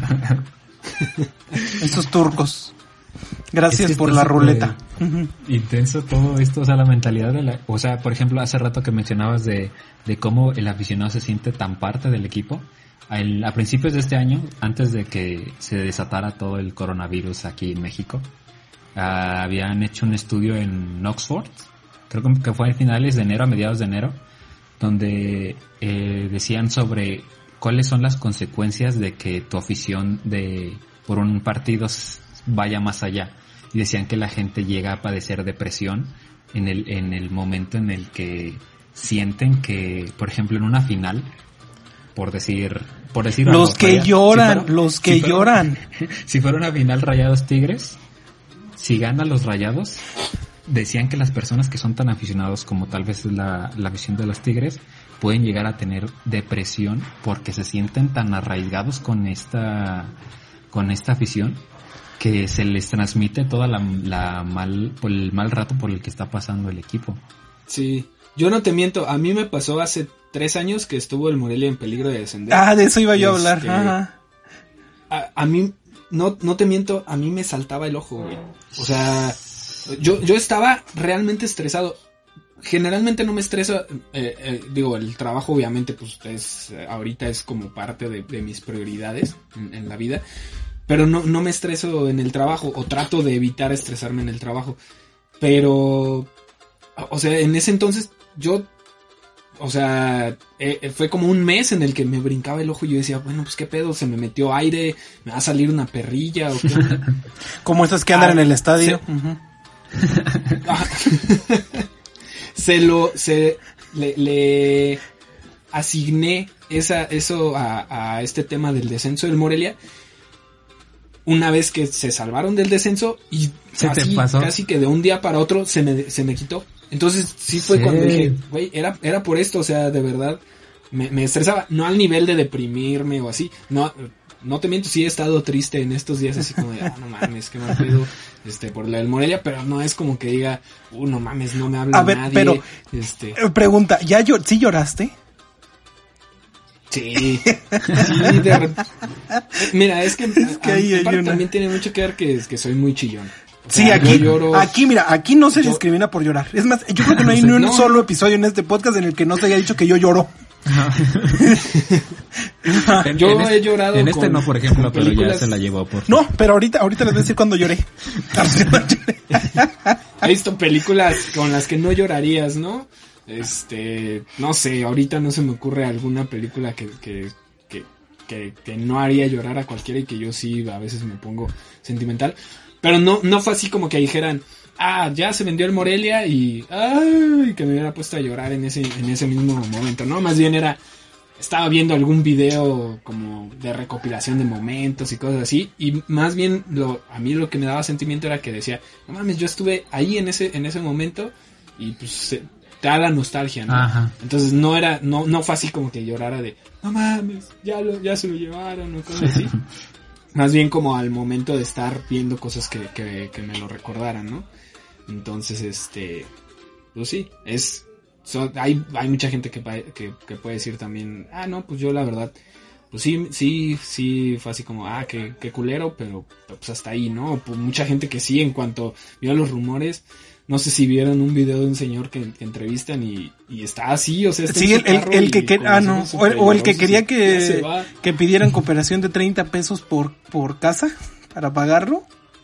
Estos turcos. Gracias es que por la ruleta. Intenso todo esto, o sea, la mentalidad de la... O sea, por ejemplo, hace rato que mencionabas de, de cómo el aficionado se siente tan parte del equipo. El, a principios de este año, antes de que se desatara todo el coronavirus aquí en México, uh, habían hecho un estudio en Oxford, creo que fue a finales de enero, a mediados de enero, donde eh, decían sobre cuáles son las consecuencias de que tu afición de por un partido vaya más allá, y decían que la gente llega a padecer depresión en el en el momento en el que sienten que, por ejemplo, en una final, por decir por decir los algo, que Raya, lloran, si fuera, los que si fuera, lloran. Si fuera una final Rayados Tigres, si ganan los Rayados, decían que las personas que son tan aficionados como tal vez la la afición de los Tigres pueden llegar a tener depresión porque se sienten tan arraigados con esta con esta afición que se les transmite toda la, la mal, por el mal rato por el que está pasando el equipo. Sí, yo no te miento, a mí me pasó hace tres años que estuvo el Morelia en peligro de descender. Ah, de eso iba yo este, a hablar. Ajá. A, a mí, no, no te miento, a mí me saltaba el ojo, güey. O sea, yo, yo estaba realmente estresado. Generalmente no me estreso, eh, eh, digo, el trabajo obviamente pues es, ahorita es como parte de, de mis prioridades en, en la vida. Pero no, no me estreso en el trabajo, o trato de evitar estresarme en el trabajo. Pero, o sea, en ese entonces yo, o sea, eh, fue como un mes en el que me brincaba el ojo y yo decía, bueno, pues qué pedo, se me metió aire, me va a salir una perrilla, o qué onda. Como esas que andan ah, en el estadio. Se, uh-huh. se lo, se, le, le asigné esa, eso a, a este tema del descenso del Morelia. Una vez que se salvaron del descenso y ¿Se casi, te pasó? casi que de un día para otro se me, se me quitó. Entonces sí fue sí. cuando dije, güey, era, era por esto, o sea, de verdad, me, me estresaba. No al nivel de deprimirme o así, no, no te miento, sí he estado triste en estos días así como de, ah, no mames, qué mal pedo, este, por la del Morelia, pero no es como que diga, uh, no mames, no me habla a ver, nadie. Pero, este... pregunta, ¿ya yo, sí lloraste? Sí, sí, de re... Mira, es que, es que ahí a, una... también tiene mucho que ver que, que soy muy chillón. O sí, sea, aquí, lloro... aquí, mira, aquí no se yo... discrimina por llorar. Es más, yo creo que no hay ni un no. solo episodio en este podcast en el que no se haya dicho que yo lloro. en, yo en he llorado en este con, no, por ejemplo, pero películas... ya se la llevó por... No, pero ahorita, ahorita les voy a decir cuando lloré. He visto películas con las que no llorarías, ¿no? Este, no sé, ahorita no se me ocurre alguna película que, que, que, que, que no haría llorar a cualquiera y que yo sí a veces me pongo sentimental. Pero no, no fue así como que dijeran, ah, ya se vendió el Morelia y, ay, que me hubiera puesto a llorar en ese, en ese mismo momento, ¿no? Más bien era, estaba viendo algún video como de recopilación de momentos y cosas así, y más bien lo, a mí lo que me daba sentimiento era que decía, no mames, yo estuve ahí en ese, en ese momento y pues se, te da la nostalgia, ¿no? Ajá. Entonces no era, no, no fue así como que llorara de, no mames, ya lo, ya se lo llevaron o cosas así. Más bien como al momento de estar viendo cosas que, que, que me lo recordaran, ¿no? Entonces, este, pues sí, es, so, hay, hay mucha gente que, que, que puede decir también, ah, no, pues yo la verdad, pues sí, sí, sí, fue así como, ah, qué, qué culero, pero pues hasta ahí, ¿no? Pues mucha gente que sí, en cuanto vio los rumores, no sé si vieron un video de un señor que, que entrevistan y, y está así, o sea, está sí, el, el, el que quería, ah, no, o, o el que quería que, que pidieran cooperación de treinta pesos por, por casa para pagarlo.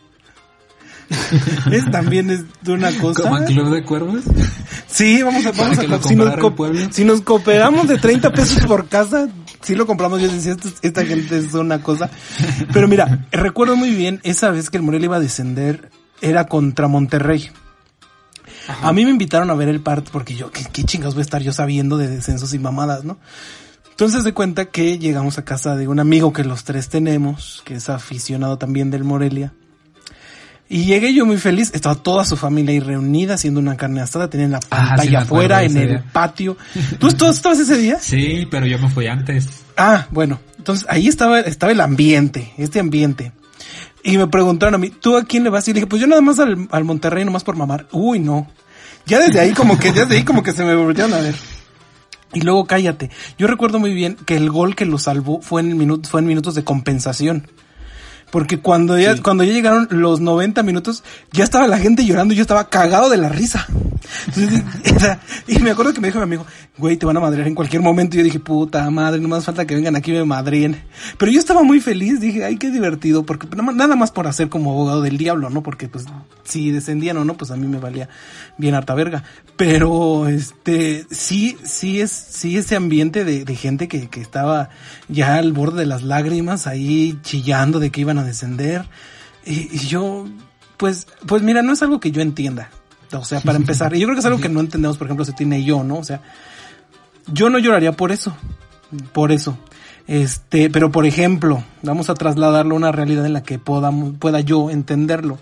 Es también es de una cosa. ¿Como el Club de Cuervos? Sí, vamos a, vamos a si, nos co- si nos cooperamos de treinta pesos por casa, sí lo compramos. Yo decía, esta, esta gente es una cosa. Pero mira, recuerdo muy bien esa vez que el Morelia iba a descender, era contra Monterrey. Ajá. A mí me invitaron a ver el partido porque yo, ¿qué, qué chingados voy a estar yo sabiendo de descensos y mamadas, ¿no? Entonces de cuenta que llegamos a casa de un amigo que los tres tenemos, que es aficionado también del Morelia. Y llegué yo muy feliz, estaba toda su familia ahí reunida haciendo una carne asada, tenían la pantalla ah, sí afuera en el día. Patio. ¿Tú, ¿Tú estabas ese día? Sí, pero yo me fui antes. Ah, bueno, entonces ahí estaba, estaba el ambiente, este ambiente. Y me preguntaron a mí, ¿tú a quién le vas? Y le dije, pues yo nada más al, al Monterrey, nomás por mamar. Uy, no. Ya desde ahí como que, desde ahí como que se me volvieron a ver. Y luego cállate. Yo recuerdo muy bien que el gol que lo salvó fue en minutos, fue en minutos de compensación. Porque cuando ya, sí. cuando ya llegaron los noventa minutos, ya estaba la gente llorando y yo estaba cagado de la risa. Entonces, y me acuerdo que me dijo mi amigo, güey, te van a madrear en cualquier momento. Y yo dije, puta madre, no más falta que vengan aquí y me madreen. Pero yo estaba muy feliz, dije, ay, qué divertido, porque nada más por hacer como abogado del diablo, ¿no? Porque pues, si descendían o no, pues a mí me valía bien harta verga. Pero, este, sí, sí es, sí ese ambiente de, de gente que, que estaba ya al borde de las lágrimas, ahí chillando de que iban a descender. Y, y yo, pues, pues mira, no es algo que yo entienda. O sea, para empezar, y yo creo que es algo que no entendemos, por ejemplo, si tiene yo, ¿no? O sea, yo no lloraría por eso, por eso. Este, pero por ejemplo, vamos a trasladarlo a una realidad en la que podamos, pueda yo entenderlo.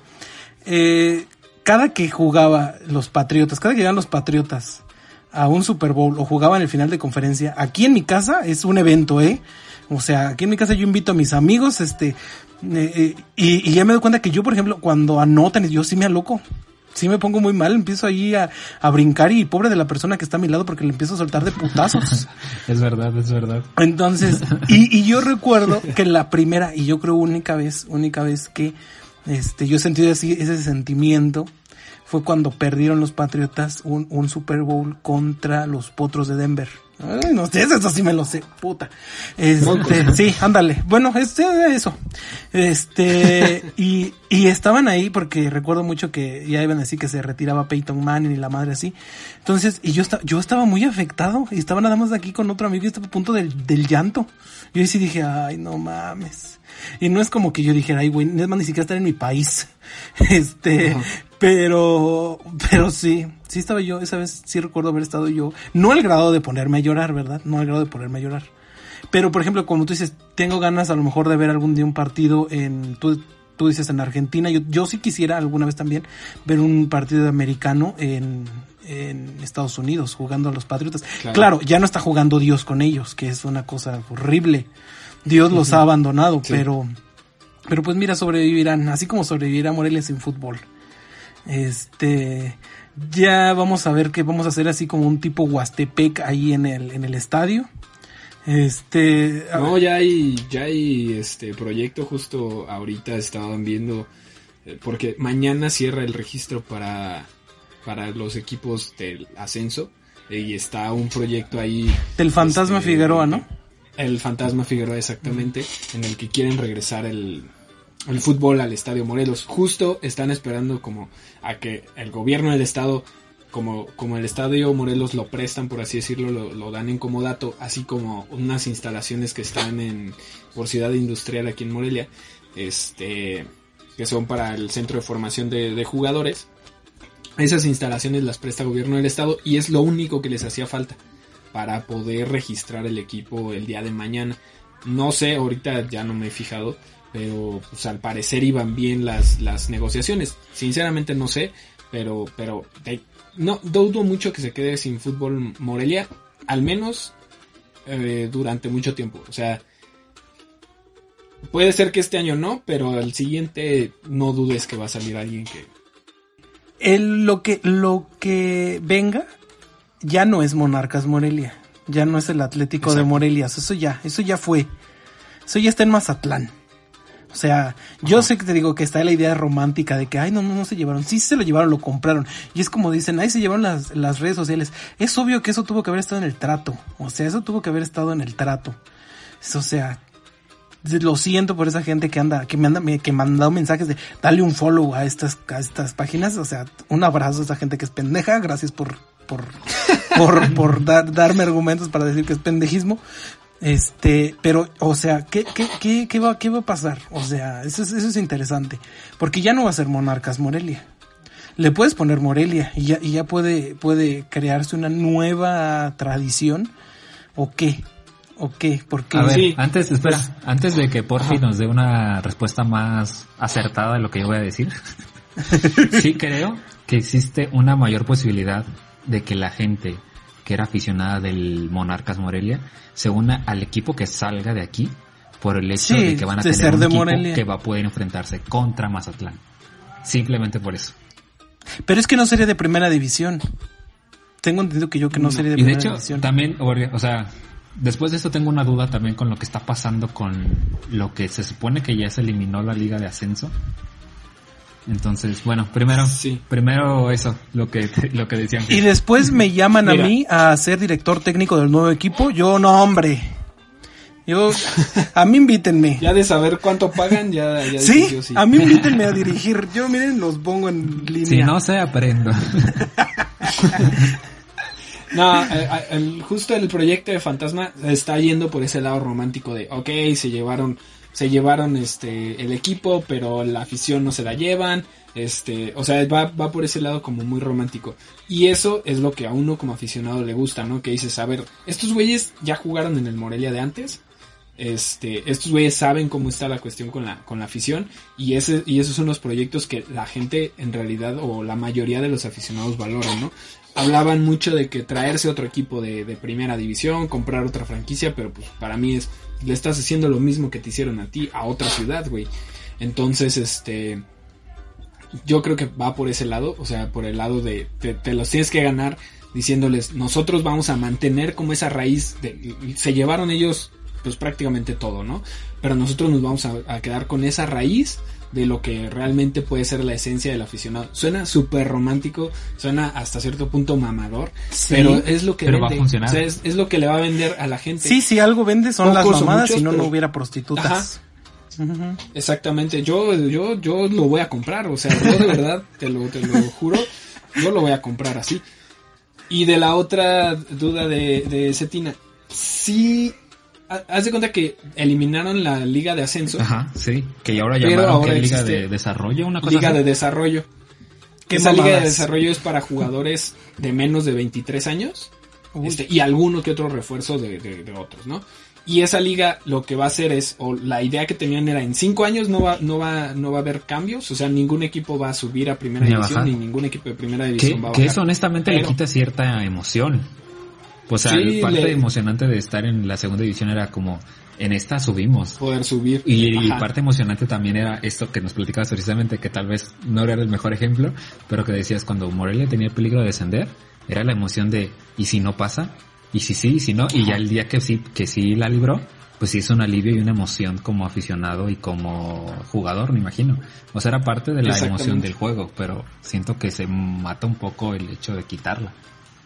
Eh, cada que jugaba los Patriotas, cada que llegaban los Patriotas a un Super Bowl o jugaban el final de conferencia, aquí en mi casa es un evento, ¿eh? O sea, aquí en mi casa yo invito a mis amigos, este, eh, eh, y, y ya me doy cuenta que yo, por ejemplo, cuando anotan, yo sí me aloco. Sí me pongo muy mal, empiezo ahí a, a brincar y pobre de la persona que está a mi lado porque le empiezo a soltar de putazos. Es verdad, es verdad. Entonces, y, y yo recuerdo que la primera, y yo creo única vez, única vez que este yo sentí así ese sentimiento fue cuando perdieron los Patriotas un, un Super Bowl contra los Potros de Denver. Ay, no sé, eso sí me lo sé, puta. Este, sí, ándale. Bueno, este, eso. Este, y, y estaban ahí porque recuerdo mucho que ya iban a decir que se retiraba Peyton Manning y la madre así. Entonces, y yo estaba, yo estaba muy afectado y estaba nada más aquí con otro amigo y estaba a punto del, del llanto. Yo ahí sí dije, ay, no mames. Y no es como que yo dijera, ay, güey, es más, ni siquiera estar en mi país. Este, uh-huh. pero, pero sí, sí estaba yo, esa vez sí recuerdo haber estado yo, no al grado de ponerme a llorar, ¿verdad? No al grado de ponerme a llorar. Pero, por ejemplo, como tú dices, tengo ganas a lo mejor de ver algún día un partido en, tú, tú dices en Argentina, yo, yo sí quisiera alguna vez también ver un partido americano en, en Estados Unidos, jugando a los Patriotas. Claro. Claro, ya no está jugando Dios con ellos, que es una cosa horrible. Dios los uh-huh. ha abandonado, sí. pero, pero pues mira, sobrevivirán, así como sobrevivirá Morelia sin fútbol. Este, ya vamos a ver que vamos a hacer así como un tipo Huastepec ahí en el, en el estadio. Este, no, ya hay, ya hay este proyecto, justo ahorita estaban viendo, eh, porque mañana cierra el registro para, para los equipos del ascenso, eh, y está un proyecto ahí. Del Fantasma este, Figueroa, ¿no? El Fantasma Figueroa, exactamente, uh-huh. en el que quieren regresar el, el fútbol al Estadio Morelos. Justo están esperando como a que el gobierno del estado, como, como el Estadio Morelos lo prestan, por así decirlo, lo, lo dan en comodato, así como unas instalaciones que están en por Ciudad Industrial aquí en Morelia, este que son para el centro de formación de, de jugadores. Esas instalaciones las presta el gobierno del estado y es lo único que les hacía falta para poder registrar el equipo el día de mañana. No sé, ahorita ya no me he fijado, pero pues al parecer iban bien las, las negociaciones. Sinceramente no sé, pero, pero eh, no dudo mucho que se quede sin fútbol Morelia, al menos eh, durante mucho tiempo. O sea, puede ser que este año no, pero al siguiente no dudes que va a salir alguien que... El, lo que lo que venga ya no es Monarcas Morelia, ya no es el Atlético Exacto. de Morelia, eso ya, eso ya fue, eso ya está en Mazatlán. O sea, yo Ajá. sé que te digo que está la idea romántica de que, ay, no, no, no se llevaron. Sí, sí se lo llevaron, lo compraron. Y es como dicen, ay, se llevaron las, las redes sociales. Es obvio que eso tuvo que haber estado en el trato. O sea, eso tuvo que haber estado en el trato. O sea, lo siento por esa gente que anda, que me anda, que me han dado mensajes de, dale un follow a estas, a estas páginas. O sea, un abrazo a esa gente que es pendeja. Gracias por, por, por, por dar, darme argumentos para decir que es pendejismo. Este, pero, o sea, ¿qué, qué, qué, qué va, qué va a pasar? O sea, eso es, eso es interesante. Porque ya no va a ser Monarcas Morelia. Le puedes poner Morelia y ya, y ya puede, puede crearse una nueva tradición. ¿O qué? ¿O qué? Porque a ver, sí, antes, espera, pues, antes de que Porfi nos dé una respuesta más acertada de lo que yo voy a decir. Sí creo que existe una mayor posibilidad de que la gente que era aficionada del Monarcas Morelia se una al equipo que salga de aquí por el hecho sí, de que van a de tener un de equipo Morelia. que va a poder enfrentarse contra Mazatlán. Simplemente por eso. Pero es que no sería de primera división. Tengo entendido que yo que no, no. sería de y primera de hecho, división. También, o sea, después de esto tengo una duda también con lo que está pasando con lo que se supone que ya se eliminó la Liga de Ascenso. Entonces, bueno, primero, sí. primero eso, lo que lo que decían. Y después me llaman Mira. a mí a ser director técnico del nuevo equipo. Yo no, hombre. Yo, a mí invítenme. Ya de saber cuánto pagan, ya, ya ¿Sí? Yo, sí, a mí invítenme a dirigir. Yo, miren, los pongo en línea. Si no sé, aprendo. No, el, justo el proyecto de Fantasma está yendo por ese lado romántico de, ok, se llevaron... Se llevaron este el equipo, pero la afición no se la llevan. Este, o sea, va, va por ese lado como muy romántico. Y eso es lo que a uno como aficionado le gusta, ¿no? Que dices, a ver, estos güeyes ya jugaron en el Morelia de antes. Este, estos güeyes saben cómo está la cuestión con la, con la afición. Y ese, y esos son los proyectos que la gente en realidad, o la mayoría de los aficionados valoran, ¿no? Hablaban mucho de que traerse otro equipo de, de primera división, comprar otra franquicia, pero pues para mí es, le estás haciendo lo mismo que te hicieron a ti, a otra ciudad, güey. Entonces, este, yo creo que va por ese lado, o sea, por el lado de, te, te los tienes que ganar diciéndoles, nosotros vamos a mantener como esa raíz, de, se llevaron ellos pues prácticamente todo, ¿no? Pero nosotros nos vamos a, a quedar con esa raíz de lo que realmente puede ser la esencia del aficionado. Suena súper romántico, suena hasta cierto punto mamador, sí, pero es lo que pero vende. Va a funcionar. O sea, es, es lo que le va a vender a la gente. Sí, si algo vende son Pocos las mamadas, muchos, si no, pero... no hubiera prostitutas. Ajá. Uh-huh. Exactamente, yo, yo, yo lo voy a comprar, o sea, yo de verdad, te lo, te lo juro, yo lo voy a comprar así. Y de la otra duda de, de Cetina, sí... Haz de cuenta que eliminaron la Liga de Ascenso. Ajá, sí. Que ahora llamaron ahora que Liga de Desarrollo, una cosa Liga así. de Desarrollo. Que esa mamadas. Liga de Desarrollo es para jugadores de menos de veintitrés años. Este, y alguno que otro refuerzo de, de, de otros, ¿no? Y esa liga lo que va a hacer es, o la idea que tenían era, en cinco años no va, no va, no va a haber cambios, o sea, ningún equipo va a subir a primera ni división, ni ningún equipo de primera división que, va a bajar. Que eso honestamente Pero, le quita cierta emoción. O sea, sí, parte le... emocionante de estar en la segunda división era como, en esta subimos. Poder subir. Y, y parte emocionante también era esto que nos platicabas precisamente, que tal vez no era el mejor ejemplo, pero que decías cuando Morelia tenía el peligro de descender, era la emoción de, ¿y si no pasa? ¿Y si sí? ¿Y si no? Y ya el día que sí, que sí la libró, pues sí es un alivio y una emoción como aficionado y como jugador, me imagino. O sea, era parte de la emoción del juego, pero siento que se mata un poco el hecho de quitarla.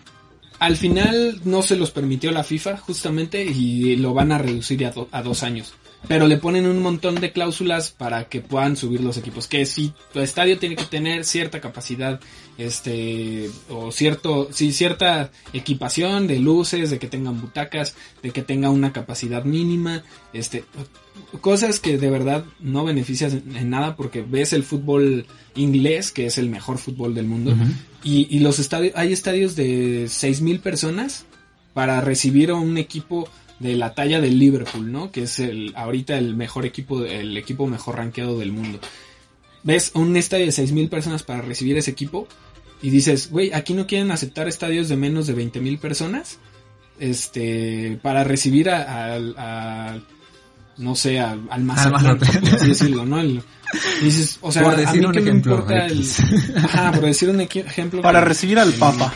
Al final no se los permitió la FIFA justamente y lo van a reducir a, do, a dos años. Pero le ponen un montón de cláusulas para que puedan subir los equipos. Que si tu estadio tiene que tener cierta capacidad, este, o cierto, sí, cierta equipación de luces, de que tengan butacas, de que tenga una capacidad mínima, este, cosas que de verdad no benefician en nada porque ves el fútbol inglés, que es el mejor fútbol del mundo, uh-huh. y, y los estadios, hay estadios de seis mil personas para recibir a un equipo de la talla del Liverpool, ¿no? Que es el ahorita el mejor equipo, el equipo mejor rankeado del mundo. Ves un estadio de seis mil personas para recibir ese equipo y dices, güey, aquí no quieren aceptar estadios de menos de veinte mil personas, este, para recibir a, a, a no sé, a, al Mazatlán, por así decirlo, ¿no? El, dices, o sea, por decir a mí un que ejemplo, me importa el, ajá, por decir un ejemplo. Para que, recibir al Papa.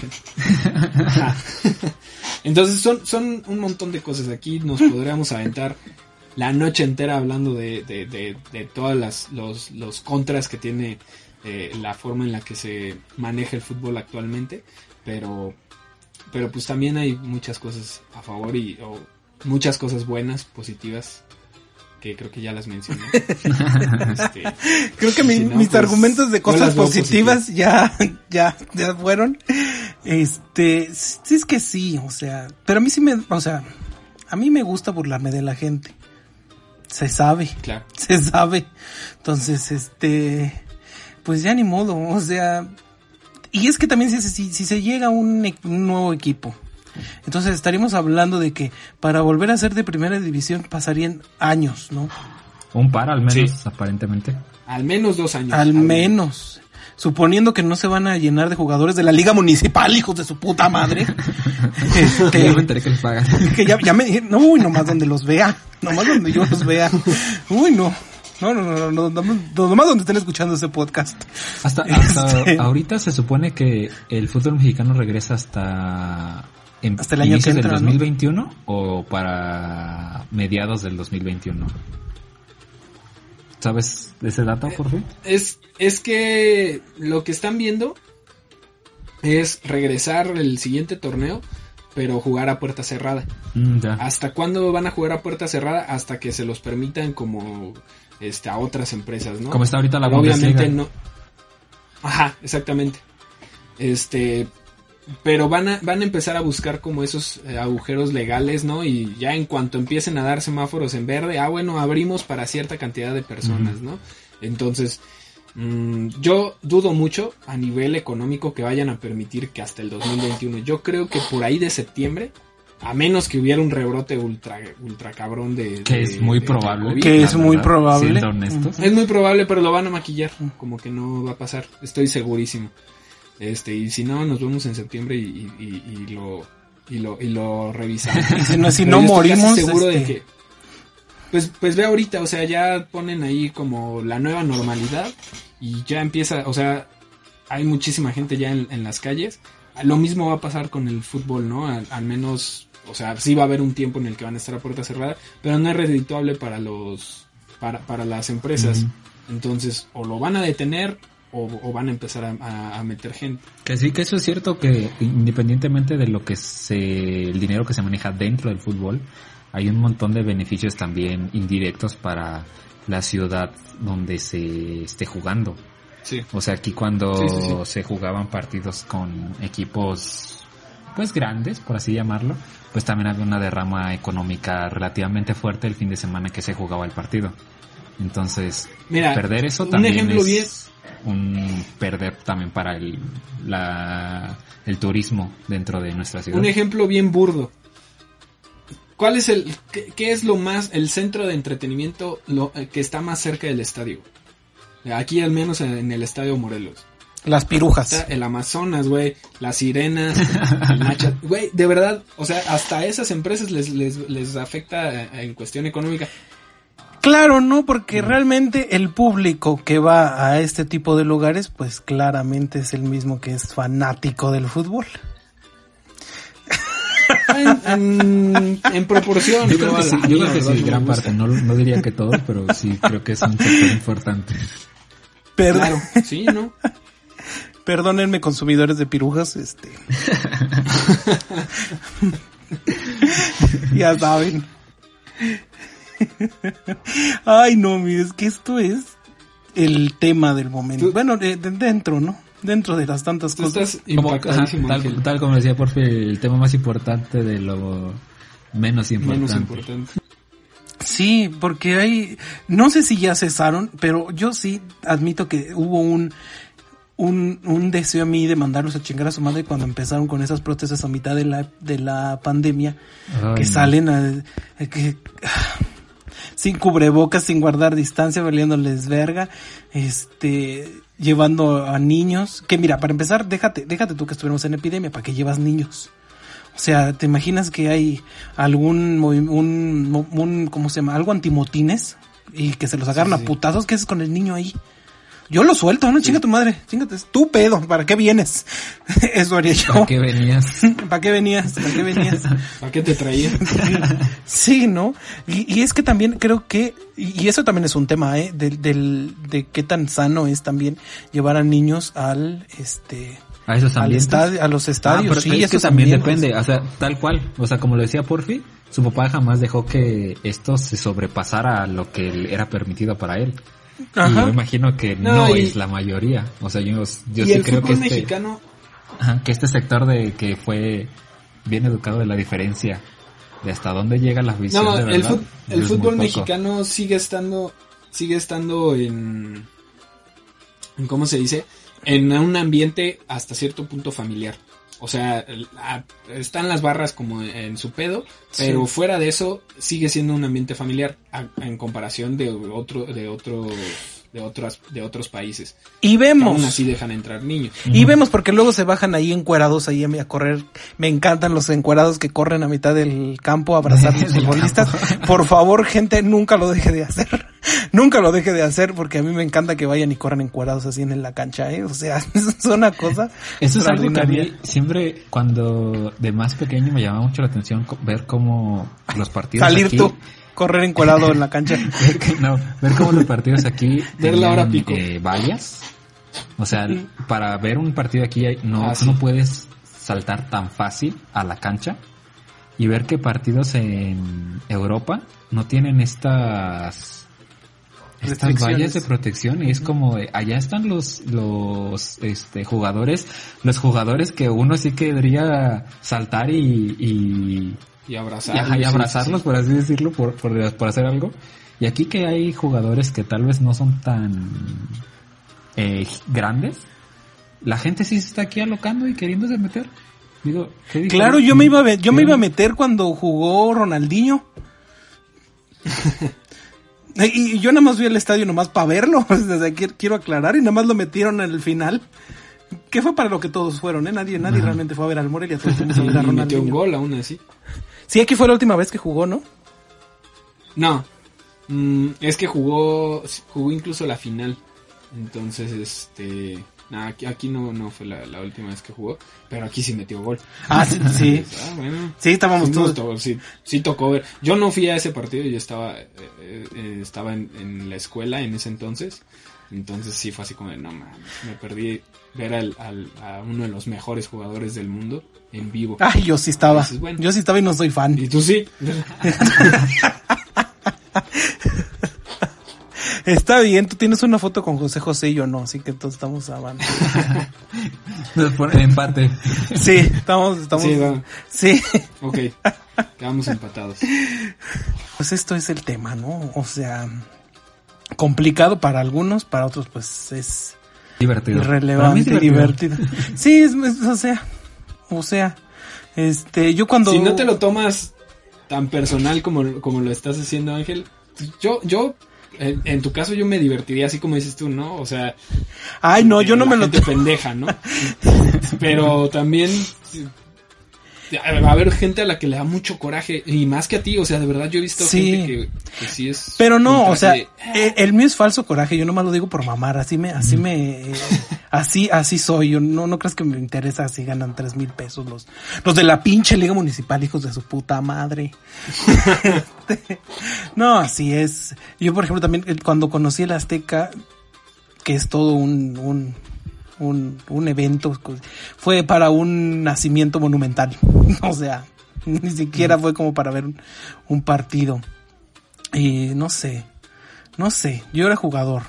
Ajá. Entonces son, son un montón de cosas. Aquí nos podríamos aventar la noche entera hablando de, de, de, de todas las los, los contras que tiene eh, la forma en la que se maneja el fútbol actualmente, pero pero pues también hay muchas cosas a favor y o muchas cosas buenas, positivas, que creo que ya las mencioné. este, creo que mi, si no, mis pues, argumentos de cosas positivas, positivas ya, ya, ya fueron. Este, sí es que sí, o sea, pero a mí sí me, o sea, a mí me gusta burlarme de la gente. Se sabe, claro. se sabe. Entonces, este, pues ya ni modo, o sea, y es que también si, si, si se llega a un, un nuevo equipo, entonces estaríamos hablando de que para volver a ser de primera división pasarían años, ¿no? Un par al menos, sí. aparentemente. Al menos dos años. Al, al menos. menos. Suponiendo que no se van a llenar de jugadores de la liga municipal, hijos de su puta madre. este, ya me enteré que les pagan. Que ya, ya me dijeron, no, uy, nomás donde los vea. Nomás donde yo los vea. Uy, no. No, no, no, no, no, no, nomás donde estén escuchando ese podcast. Hasta, hasta este... ahorita se supone que el fútbol mexicano regresa hasta... En hasta el año que entra, del dos mil veintiuno, ¿no? O para mediados del dos mil veintiuno. ¿Sabes ese dato, por fin? Es, es que lo que están viendo es regresar el siguiente torneo, pero jugar a puerta cerrada. Mm, ya. ¿Hasta cuándo van a jugar a puerta cerrada? Hasta que se los permitan como este a otras empresas, ¿no? Como está ahorita la Bundesliga. Obviamente Bundesliga. no. Ajá, exactamente. Este, pero van a van a empezar a buscar como esos eh, agujeros legales, ¿no? Y ya en cuanto empiecen a dar semáforos en verde, ah, bueno, abrimos para cierta cantidad de personas, uh-huh. ¿no? Entonces, mmm, yo dudo mucho a nivel económico que vayan a permitir que hasta el dos mil veintiuno. Yo creo que por ahí de septiembre, a menos que hubiera un rebrote ultra ultra cabrón de... Que de, es muy de, probable. de COVID, que es muy probable. Siendo honestos. Es muy probable, pero lo van a maquillar. Como que no va a pasar. Estoy segurísimo. Este, y si no, nos vemos en septiembre y, y, y, y lo y lo y lo revisamos. Y si no, si no morimos, seguro este... de que pues pues ve ahorita, o sea, ya ponen ahí como la nueva normalidad y ya empieza, o sea, hay muchísima gente ya en, en las calles. Lo mismo va a pasar con el fútbol, ¿no? Al, al menos, o sea, sí va a haber un tiempo en el que van a estar a puerta cerrada, pero no es redituable para los para para las empresas. Uh-huh. Entonces, o lo van a detener O, o van a empezar a, a, a meter gente. Que sí, que eso es cierto, que independientemente de lo que se, el dinero que se maneja dentro del fútbol, hay un montón de beneficios también indirectos para la ciudad donde se esté jugando. Sí. O sea, aquí cuando sí, sí, sí. se jugaban partidos con equipos, pues grandes, por así llamarlo, pues también había una derrama económica relativamente fuerte el fin de semana que se jugaba el partido. Entonces, mira, perder eso un también ejemplo es... bien un perder también para el la el turismo dentro de nuestra ciudad. Un ejemplo bien burdo. ¿Cuál es el qué, qué es lo más el centro de entretenimiento lo, que está más cerca del estadio? Aquí al menos en, en el Estadio Morelos. Las pirujas. Está el Amazonas, güey, las sirenas, el Macha, güey, de verdad, o sea, hasta a esas empresas les les les afecta en cuestión económica. Claro, no, porque realmente el público que va a este tipo de lugares, pues claramente es el mismo que es fanático del fútbol. En, en, en proporción. Yo creo que sí, yo creo que sí, gran parte, no, no diría que todo, pero sí creo que es un factor importante. Perdón. Claro, sí, ¿no? Perdónenme, consumidores de pirujas, este... ya saben. Ay, no, mire, es que esto es el tema del momento. ¿Tú? Bueno, de, de dentro, ¿no? Dentro de las tantas Tú cosas. estás impactadísimo, Como, ajá, tal, tal como decía Porfi, el tema más importante de lo menos importante. Menos importante. Sí, porque hay, no sé si ya cesaron, pero yo sí admito que hubo un un un deseo a mí de mandarlos a chingar a su madre cuando empezaron con esas protestas a mitad de la de la pandemia. Ay, que no. salen a, a que sin cubrebocas, sin guardar distancia, valiéndoles verga, este, llevando a niños, que mira, para empezar, déjate, déjate tú que estuviéramos en epidemia, ¿para qué llevas niños? O sea, ¿te imaginas que hay algún, un, un, ¿cómo se llama? Algo antimotines, y que se los agarran sí, sí. a putazos? ¿Qué haces con el niño ahí? yo lo suelto, no, sí. Chinga tu madre, chingate, tú pedo, ¿para qué vienes? Eso haría yo. ¿Para qué venías? ¿Para qué venías? ¿Para qué venías? ¿Para qué te traía? Sí, ¿no? Y, y es que también creo que, y eso también es un tema, ¿eh? Del, del, de qué tan sano es también llevar a niños al, este... A esos ambientes. Estadio, a los estadios, ah, pero sí, es que también depende, o sea, tal cual, o sea, como lo decía Porfi, su papá jamás dejó que esto se sobrepasara a lo que era permitido para él. Ajá. Y yo imagino que no, no y, es la mayoría, o sea, yo, yo sí creo que este, mexicano... ajá, que este sector de que fue bien educado de la diferencia de hasta dónde llega la visión no, de verdad. El, fut, el fútbol mexicano sigue estando, sigue estando en, en, ¿cómo se dice? En un ambiente hasta cierto punto familiar. O sea, están las barras como en su pedo, pero sí. Fuera de eso sigue siendo un ambiente familiar a, en comparación de otro, de otro, de otras, de otros países. Y vemos. Aún así dejan entrar niños. Y uh-huh. Vemos porque luego se bajan ahí encuerados ahí a correr. Me encantan los encuerados que corren a mitad del campo a abrazar a los futbolistas. Por favor, gente, nunca lo deje de hacer. Nunca lo deje de hacer porque a mí me encanta que vayan y corran encuerados así en la cancha, ¿eh? O sea, es una cosa eso es algo que a mí siempre cuando de más pequeño me llamaba mucho la atención ver cómo los partidos salir aquí, tú, correr encuerado en la cancha. ver que, no, ver cómo los partidos aquí ver la hora pico. Eh, vallas. O sea, sí. Para ver un partido aquí no, ah, sí. no puedes saltar tan fácil a la cancha y ver que partidos en Europa no tienen estas estas vallas de protección y es como allá están los los este jugadores los jugadores que uno sí que debería saltar y y, y abrazarlos, y, y abrazarlos sí, sí. Por así decirlo por, por por hacer algo y aquí que hay jugadores que tal vez no son tan eh, grandes la gente sí se está aquí alocando y queriéndose meter digo ¿qué claro yo me iba a yo me iba a meter cuando jugó Ronaldinho. Y yo nada más fui al estadio nomás para verlo, desde aquí quiero aclarar, y nada más lo metieron en el final, que fue para lo que todos fueron, ¿eh? Nadie, nadie realmente fue a ver al Morelia, todos fuimos a ver a Ronaldinho. Metió un gol aún así. Sí, aquí fue la última vez que jugó, ¿no? No, mm, es que jugó, jugó incluso la final, entonces este... Nah, aquí, aquí no, no fue la, la última vez que jugó, pero aquí sí metió gol. Ah, sí, sí. Ah, bueno, sí, estábamos todos. To- sí, sí tocó ver. Yo no fui a ese partido, yo estaba eh, eh, estaba en, en la escuela en ese entonces, entonces sí fue así como de, no man, me perdí ver al, al, a uno de los mejores jugadores del mundo en vivo. Ay, yo sí estaba, entonces, bueno, yo sí estaba y no soy fan. ¿Y tú sí? Está bien, tú tienes una foto con José José y yo no, así que todos estamos hablando. Nos ponen empate. Sí, estamos, estamos. Sí, va. Sí. Ok, quedamos empatados. Pues esto es el tema, ¿no? O sea, complicado para algunos, para otros pues es divertido. Irrelevante, para mí es divertido. divertido. Sí, es, es, o sea, o sea, este, yo cuando... Si no te lo tomas tan personal como, como lo estás haciendo, Ángel, yo, yo... En, en tu caso yo me divertiría así como dices tú, ¿no? O sea... Ay, no, yo no me lo... gente pendeja, ¿no? Pero también... Va a haber gente a la que le da mucho coraje. Y más que a ti, o sea, de verdad yo he visto sí. gente que, que sí es... Pero no, o sea, de... el, el mío es falso coraje. Yo nomás lo digo por mamar. Así me... Así me... Así así soy. Yo no, no crees que me interesa si ganan tres mil pesos los, los de la pinche Liga Municipal, hijos de su puta madre. No, así es. Yo, por ejemplo, también cuando conocí el Azteca, que es todo un... un Un, un evento, fue para un nacimiento monumental, o sea, ni siquiera fue como para ver un, un partido, y no sé, no sé, yo era jugador.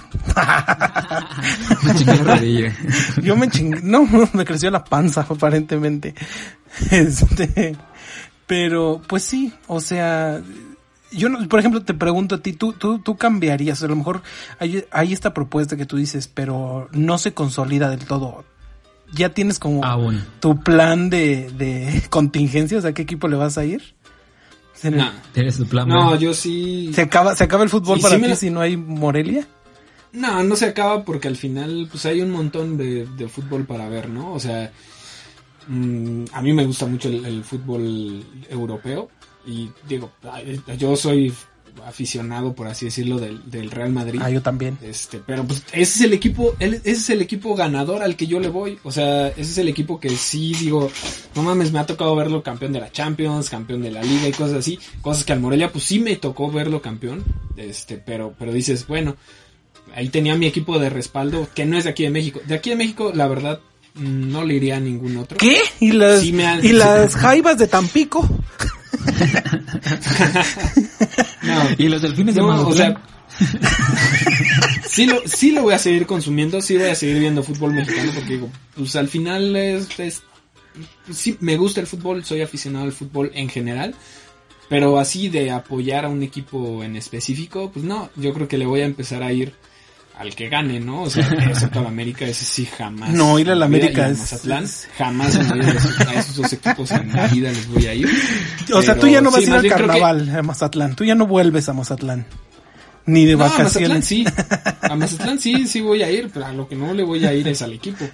Me chingué la rodilla. Yo me chingué, no, me creció la panza aparentemente, este, pero pues sí, o sea... Yo, no, por ejemplo, te pregunto a ti, ¿tú, tú, tú cambiarías? O sea, a lo mejor hay, hay esta propuesta que tú dices, pero no se consolida del todo. ¿Ya tienes como Aún. tu plan de, de contingencia? O sea, ¿qué equipo le vas a ir? No, ¿Tienes tu plan? No, yo sí... ¿Se acaba, se acaba el fútbol sí, para sí ti la... si no hay Morelia? No, no se acaba porque al final pues hay un montón de, de fútbol para ver, ¿no? O sea, mmm, a mí me gusta mucho el, el fútbol europeo. Y digo, yo soy aficionado, por así decirlo, del, del Real Madrid. Ah, yo también. Este, pero pues ese es el equipo, ese es el equipo ganador al que yo le voy. O sea, ese es el equipo que sí digo, no mames, me ha tocado verlo campeón de la Champions, campeón de la Liga y cosas así. Cosas que al Morelia pues sí me tocó verlo campeón. Este, pero, pero dices, bueno, ahí tenía mi equipo de respaldo, que no es de aquí de México. De aquí de México, la verdad, no le iría a ningún otro. ¿Qué? ¿Y las, sí han... ¿y las Jaivas de Tampico? No, y los delfines de no, Mazatlán. O sea, sí lo, sí lo voy a seguir consumiendo, sí voy a seguir viendo fútbol mexicano, porque digo, pues al final es, es pues, sí, me gusta el fútbol, soy aficionado al fútbol en general, pero así de apoyar a un equipo en específico, pues no, yo creo que le voy a empezar a ir al que gane, ¿no? O sea, excepto al América, ese sí jamás. No, ir al América es... Mazatlán, jamás me voy a, a esos dos equipos en la vida les voy a ir. O pero, sea, tú ya no vas sí, a ir al carnaval que... a Mazatlán, tú ya no vuelves a Mazatlán. Ni de no, vacaciones. A Mazatlán sí, a Mazatlán sí, sí voy a ir, pero a lo que no le voy a ir es al equipo.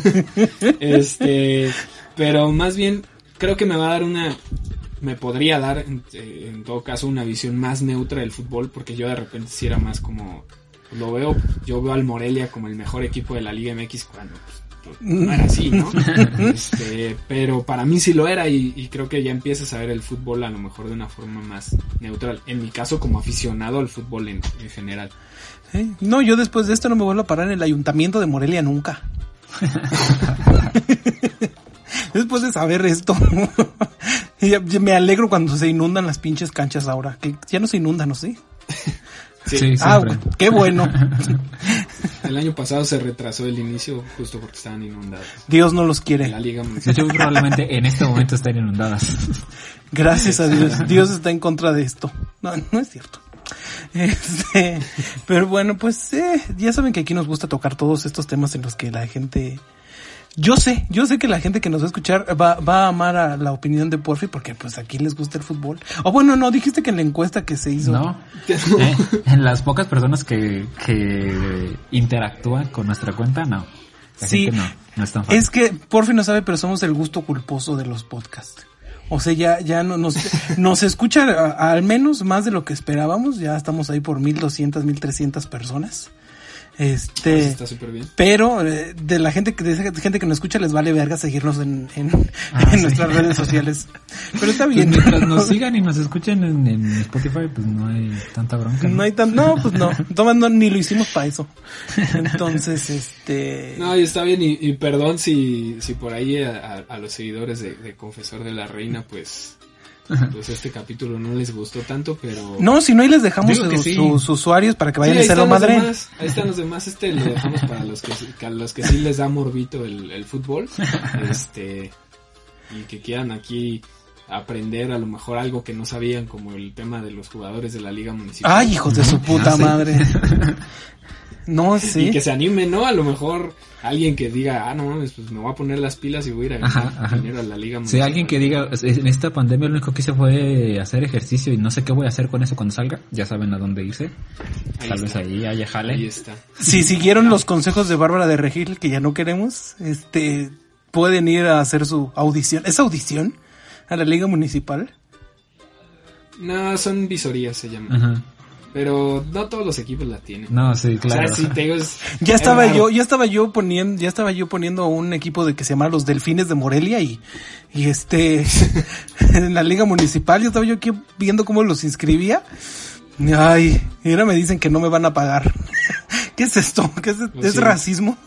Este, pero más bien, creo que me va a dar una... me podría dar, en, en todo caso, una visión más neutra del fútbol, porque yo de repente sí era más como... lo veo, yo veo al Morelia como el mejor equipo de la Liga M X cuando pues, no era así, ¿no? Este, pero para mí sí lo era y, y creo que ya empiezas a ver el fútbol a lo mejor de una forma más neutral. En mi caso, como aficionado al fútbol en, en general. ¿Eh? No, yo después de esto no me vuelvo a parar en el ayuntamiento de Morelia nunca. Después de saber esto, ya, ya me alegro cuando se inundan las pinches canchas ahora, que ya no se inundan, ¿no? ¿Sí? Sí, sí, ah, qué bueno. El año pasado se retrasó el inicio justo porque estaban inundadas. Dios no los quiere. La Liga de hecho, probablemente en este momento están inundadas. Gracias a Dios. Dios está en contra de esto. No, no es cierto. Este, pero bueno, pues eh, ya saben que aquí nos gusta tocar todos estos temas en los que la gente... Yo sé, yo sé que la gente que nos va a escuchar va, va a amar a la opinión de Porfi porque pues aquí les gusta el fútbol. O bueno, no, dijiste que en la encuesta que se hizo. No, eh, en las pocas personas que, que interactúan con nuestra cuenta, no. La sí, gente no, no es tan fácil. Es que Porfi no sabe, pero somos el gusto culposo de los podcasts. O sea, ya, ya no, nos, nos escucha a, al menos más de lo que esperábamos. Ya estamos ahí por mil doscientas, mil trescientas personas. Este, está súper bien. Pero eh, de la gente que de esa gente que nos escucha les vale verga seguirnos en, en, ah, en sí. nuestras redes sociales. Pero está bien. Pues mientras nos sigan y nos escuchen en, en Spotify, pues no hay tanta bronca. No, no hay tan, no, pues no, Toma, no, ni lo hicimos para eso. Entonces, este. No, y está bien y, y perdón si, si por ahí a, a, a los seguidores de, de Confesor de la Reina, pues. Pues este capítulo no les gustó tanto, pero... No, si no, ahí les dejamos su, sí. sus sus usuarios para que vayan sí, a hacerlo madre. Demás, ahí están los demás, este lo dejamos para los que, que a los que sí les da morbito el, el fútbol, este, y que quieran aquí aprender a lo mejor algo que no sabían, como el tema de los jugadores de la Liga Municipal. Ay, hijos de su puta madre. No, sí. Y que se animen, ¿no? A lo mejor alguien que diga, ah, no mames, pues me voy a poner las pilas y voy a ir a ganar dinero a la Liga Municipal. Sí, alguien que diga, en esta pandemia lo único que hice fue hacer ejercicio y no sé qué voy a hacer con eso cuando salga. Ya saben a dónde irse. Ahí Tal está. vez ahí haya jale. Ahí está. Si siguieron los consejos de Bárbara de Regil, que ya no queremos, este, pueden ir a hacer su audición. ¿Es audición? ¿A la Liga Municipal? No, son visorías se llaman. Ajá. Pero no todos los equipos la tienen. No, sí, claro. O sea, si te digo, es, ya estaba es yo, ya estaba yo poniendo, ya estaba yo poniendo un equipo de que se llama los Delfines de Morelia y, y este, en la Liga Municipal, yo estaba yo aquí viendo cómo los inscribía. Ay, y ahora me dicen que no me van a pagar. ¿Qué es esto? ¿Qué es, Pues ¿es sí. racismo?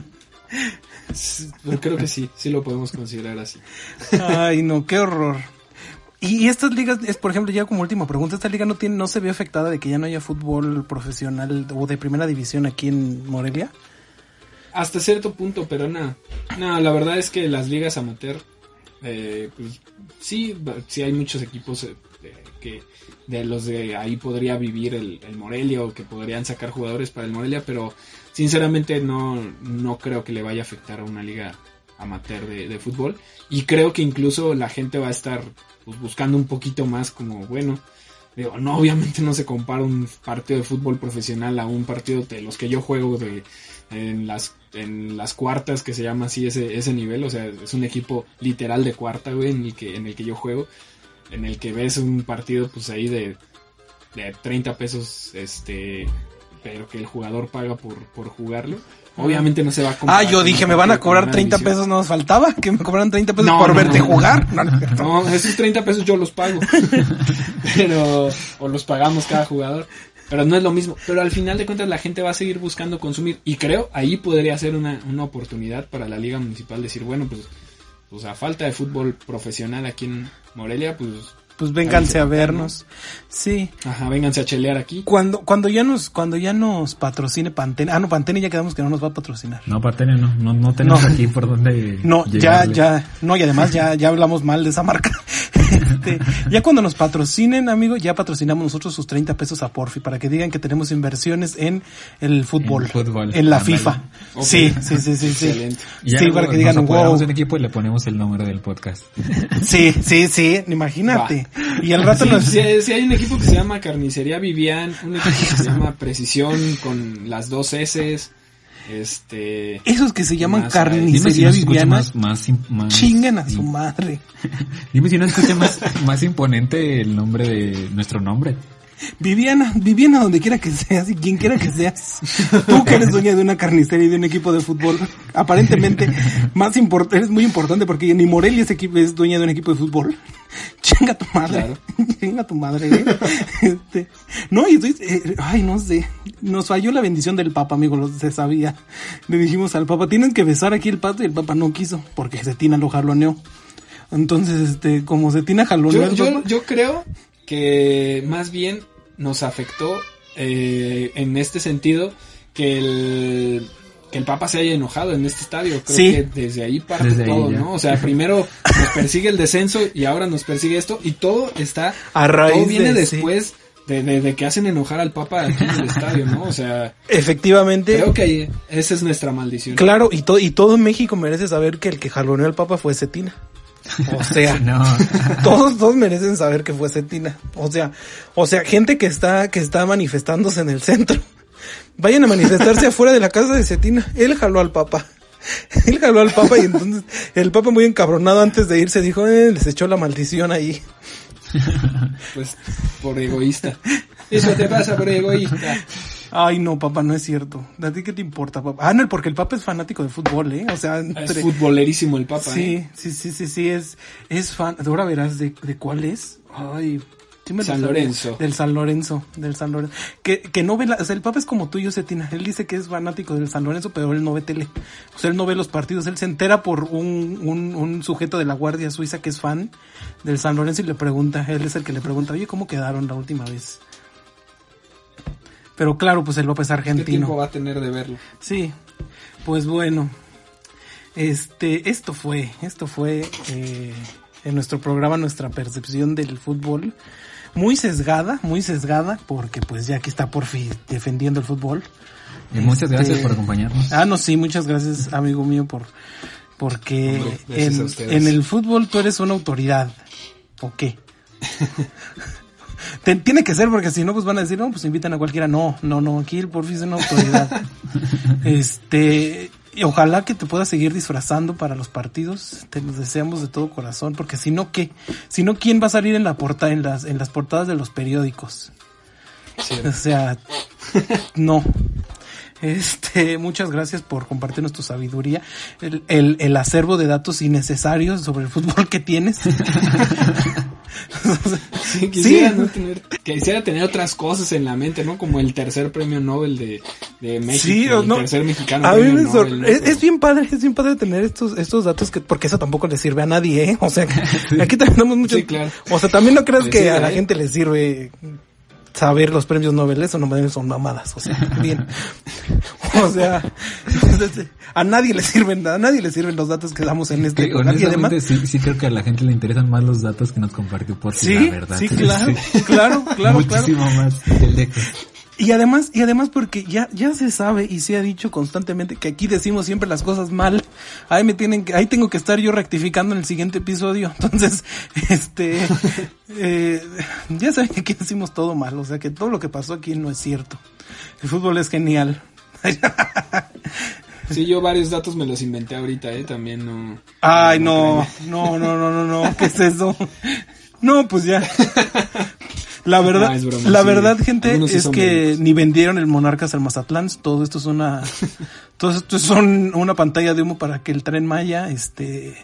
Pues creo que sí, sí lo podemos considerar así. Ay, no, qué horror. Y estas ligas, es por ejemplo, ya como última pregunta, esta liga no tiene, no se ve afectada de que ya no haya fútbol profesional o de primera división aquí en Morelia. Hasta cierto punto, pero no. No, la verdad es que las ligas amateur, eh, pues sí, sí hay muchos equipos eh, que de los de ahí podría vivir el, el Morelia o que podrían sacar jugadores para el Morelia, pero sinceramente no, no creo que le vaya a afectar a una liga amateur de, de fútbol. Y creo que incluso la gente va a estar pues, buscando un poquito más como, bueno, digo, no, obviamente no se compara un partido de fútbol profesional a un partido de los que yo juego de en las en las cuartas, que se llama así ese ese nivel, o sea, es un equipo literal de cuarta, güey, en el que en el que yo juego, en el que ves un partido pues ahí de de treinta pesos, este, pero que el jugador paga por, por jugarlo. Obviamente no se va a comprar. Ah, yo dije, me van a cobrar treinta pesos, no nos faltaba, que me cobraran treinta pesos no, por no, verte no, jugar. No, no, no, esos treinta pesos yo los pago. Pero, o los pagamos cada jugador. Pero no es lo mismo. Pero al final de cuentas la gente va a seguir buscando consumir. Y creo, ahí podría ser una, una oportunidad para la Liga Municipal decir, bueno, pues, pues a falta de fútbol profesional aquí en Morelia, pues... Pues vénganse a vernos. Sí. Ajá, vénganse a chelear aquí. Cuando cuando ya nos cuando ya nos patrocine Pantene. Ah, no, Pantene ya quedamos que no nos va a patrocinar. No, Pantene no, no, no tenemos no. aquí por donde No, llegarle. ya, ya, no, y además ya, ya hablamos mal de esa marca. Este, ya cuando nos patrocinen, amigo, ya patrocinamos nosotros sus treinta pesos a Porfi, para que digan que tenemos inversiones en el fútbol, en, fútbol, en la Andale. FIFA. Okay. Sí, sí, sí, sí, sí. Excelente. Ya sí, para que digan, wow. un equipo y le ponemos el número del podcast. Sí, sí, sí, imagínate. Va. Y al rato sí, nos... sí, sí, hay un equipo que se llama Carnicería Vivian, un equipo que se llama Precisión con las dos S. Este, esos que se llaman Carnicería si no Viviana, más, más, más, chingan a su madre. Dime si no escucha más, más imponente el nombre de nuestro nombre. Viviana, Viviana donde quiera que seas y quien quiera que seas. Tú que eres dueña de una carnicería y de un equipo de fútbol, aparentemente más import- eres muy importante porque ni Morelia es, equipo, es dueña de un equipo de fútbol. Chinga tu madre, claro. Chinga tu madre. ¿eh? Este, no, y estoy, eh, ay, no sé, nos falló la bendición del Papa, amigo, lo se sabía. Le dijimos al Papa, tienen que besar aquí el pato y el Papa no quiso porque Cetina lo jaloneó. Entonces, este, como Cetina jaloneó yo, el yo, Papa, yo creo que más bien nos afectó eh, en este sentido que el que el Papa se haya enojado en este estadio. Creo sí. que desde ahí parte desde todo, ahí ¿no? O sea, primero nos persigue el descenso y ahora nos persigue esto y todo está a raíz todo viene de, después sí. de, de, de que hacen enojar al Papa aquí en el estadio, ¿no? O sea, efectivamente. Creo que esa es nuestra maldición. Claro, y todo y todo México merece saber que el que jaloneó al Papa fue Cetina. O sea, no. todos, todos merecen saber que fue Cetina. O sea, o sea, gente que está, que está manifestándose en el centro. Vayan a manifestarse afuera de la casa de Cetina. Él jaló al Papa. Él jaló al Papa y entonces el Papa muy encabronado antes de irse dijo, eh, les echó la maldición ahí. Pues por egoísta. Eso te pasa por egoísta. Ay, no, papá, no es cierto. ¿A ti qué te importa, papá? Ah, no, porque el Papa es fanático de fútbol, ¿eh? O sea, entre... es futbolerísimo el Papa, sí, ¿eh? Sí, sí, sí, sí, es, es fan. Ahora verás de, de cuál es. Ay, sí me San Lorenzo. Del San Lorenzo, del San Lorenzo. Que, que no ve la, o sea, el Papa es como tú y yo, Cetina. Él dice que es fanático del San Lorenzo, pero él no ve tele. O sea, él no ve los partidos. Él se entera por un, un, un sujeto de la Guardia Suiza que es fan del San Lorenzo y le pregunta, él es el que le pregunta, oye, ¿cómo quedaron la última vez? Pero claro, pues el Papa es argentino. ¿Qué tiempo va a tener de verlo? Sí, pues bueno, este, esto fue, esto fue eh, en nuestro programa nuestra percepción del fútbol, muy sesgada, muy sesgada, porque pues ya aquí está Porfi defendiendo el fútbol. Y muchas este, gracias por acompañarnos. Ah, no, sí, muchas gracias, amigo mío, por porque Hombre, en, en el fútbol tú eres una autoridad, ¿o qué? Te, tiene que ser porque si no pues van a decir no pues invitan a cualquiera. No, no, no, aquí el Porfi es una autoridad. Este, y ojalá que te puedas seguir disfrazando para los partidos. Te los deseamos de todo corazón, porque si no qué, si no quién va a salir en la portada, en las en las portadas de los periódicos. Sí. O sea, no. Este, muchas gracias por compartirnos tu sabiduría, el, el, el acervo de datos innecesarios sobre el fútbol que tienes. Sí, quisiera, sí. No tener, quisiera tener otras cosas en la mente, ¿no? Como el tercer premio Nobel de, de México, sí, el no, tercer mexicano a premio mí me sor- Nobel, ¿no? es, es bien padre, es bien padre tener estos estos datos que porque eso tampoco le sirve a nadie, ¿eh? O sea, sí. Aquí tenemos mucho. Sí, claro. O sea, también no creas le que sirve, a la ¿eh? gente le sirve saber los premios Nobel, eso no son mamadas, o sea, bien. O sea, a nadie le sirven, a nadie le sirven los datos que damos en este programa. Y además, sí, sí creo que a la gente le interesan más los datos que nos compartió por sí, la verdad. Sí, claro, sí. claro, claro, Muchísimo claro. más el de que... Y además, y además porque ya, ya se sabe y se ha dicho constantemente que aquí decimos siempre las cosas mal. Ahí me tienen que, ahí tengo que estar yo rectificando en el siguiente episodio. Entonces, este, eh, ya saben que aquí decimos todo mal. O sea que todo lo que pasó aquí no es cierto. El fútbol es genial. Sí, yo varios datos me los inventé ahorita, eh, también no. Ay, no, no, no, no, no, no, ¿qué es eso? No, pues ya. La verdad, No, es broma, la sí. verdad, gente, Algunos sí es son que buenos. ni vendieron el Monarcas al Mazatlán. Todo esto es una, todo esto es un- una pantalla de humo para que el Tren Maya, este,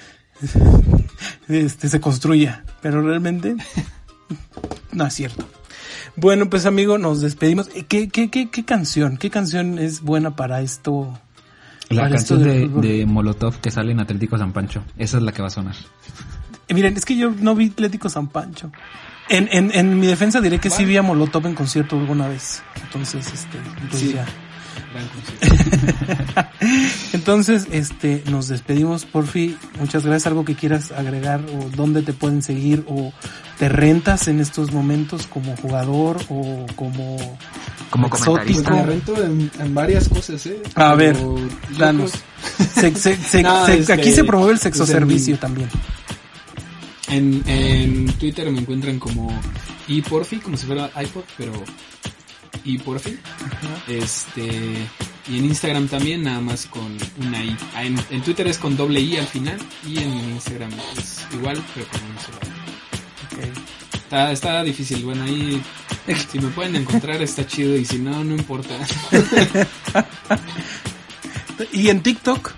este se construya. Pero realmente, no es cierto. Bueno, pues amigo, nos despedimos. ¿Qué, qué, qué, qué canción? ¿Qué canción es buena para esto? La para canción esto del de, fútbol? de Molotov que sale en Atlético San Pancho. Esa es la que va a sonar. Eh, miren, es que yo no vi Atlético San Pancho. En, en, en mi defensa diré que sí vi a Molotov en concierto alguna vez. Entonces, este, entonces Sí. ya. Gran concierto. Entonces, este, nos despedimos, Porfi. Muchas gracias. ¿Algo que quieras agregar o dónde te pueden seguir o te rentas en estos momentos como jugador o como Como Pues exótico? me rento en, en varias cosas, ¿eh? A ver, Pero yo danos. creo- Se- se- se- No, se- este, aquí se promueve el pues sexo en- servicio también. En, en Twitter me encuentran como iPorfi, como si fuera iPod, pero iPorfi. Este, y en Instagram también, nada más con una I. Ah, En, en Twitter es con doble I al final, y en Instagram es igual, pero con una sola I. Okay. Está, está difícil, bueno, ahí si me pueden encontrar está chido, y si no, no importa. ¿Y en TikTok?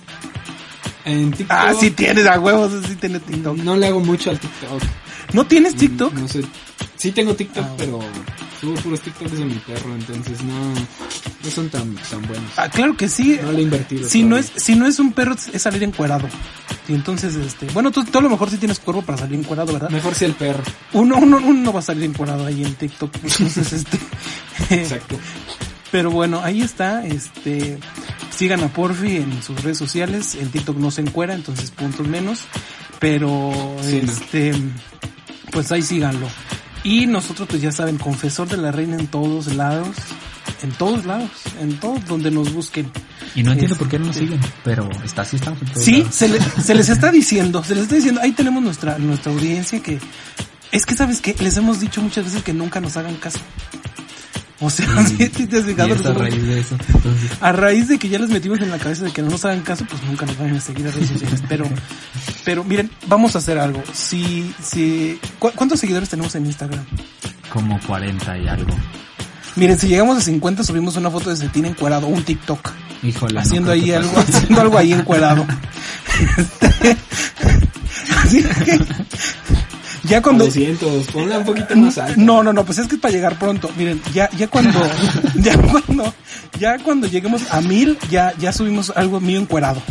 En TikTok, Ah, sí tienes, a huevos, sí tienes TikTok. no le hago mucho al TikTok. ¿No tienes TikTok? No sé. Sí tengo TikTok, Ah, pero subo puros TikToks de mi perro, entonces no, no son tan, tan buenos. Ah, claro que sí. No le he invertido. Si no es, todavía. si no es un perro, es salir encuerado. Y entonces, este, bueno, tú, tú a lo mejor sí tienes cuerpo para salir encuerado, ¿verdad? Mejor si el perro. Uno, uno, uno no va a salir encuerado ahí en TikTok. Entonces, este, Exacto. pero bueno, ahí está, este, sigan a Porfi en sus redes sociales, en TikTok no se encuera, entonces puntos menos, pero, Sí, no. este, pues ahí síganlo. Y nosotros, pues ya saben, Confesor de la Reina en todos lados, en todos lados, en todos donde nos busquen. Y no entiendo por qué no nos Este, siguen, pero está así, estamos en todos Sí, lados. se, le- se les está diciendo, se les está diciendo, ahí tenemos nuestra, nuestra audiencia que, es que sabes qué, les hemos dicho muchas veces que nunca nos hagan caso. O sea, Y- si te has fijado, y es a les hemos- raíz de eso. Entonces, a raíz de que ya les metimos en la cabeza de que no nos hagan caso, pues nunca nos van a seguir a redes sociales. Pero, pero miren, vamos a hacer algo. Si, si, ¿cu- ¿cuántos seguidores tenemos en Instagram? como cuarenta y algo. Miren, si llegamos a cincuenta, subimos una foto de Cetina encuerado, un TikTok, Híjole. no haciendo creo ahí que algo, pase. haciendo algo ahí encuerado. Este, así que, ya cuando, doscientos, ponla un poquito más alta. no, no, no, pues es que es para llegar pronto. Miren, ya, ya cuando, ya cuando, ya cuando lleguemos a mil, ya, ya subimos algo mío encuerado.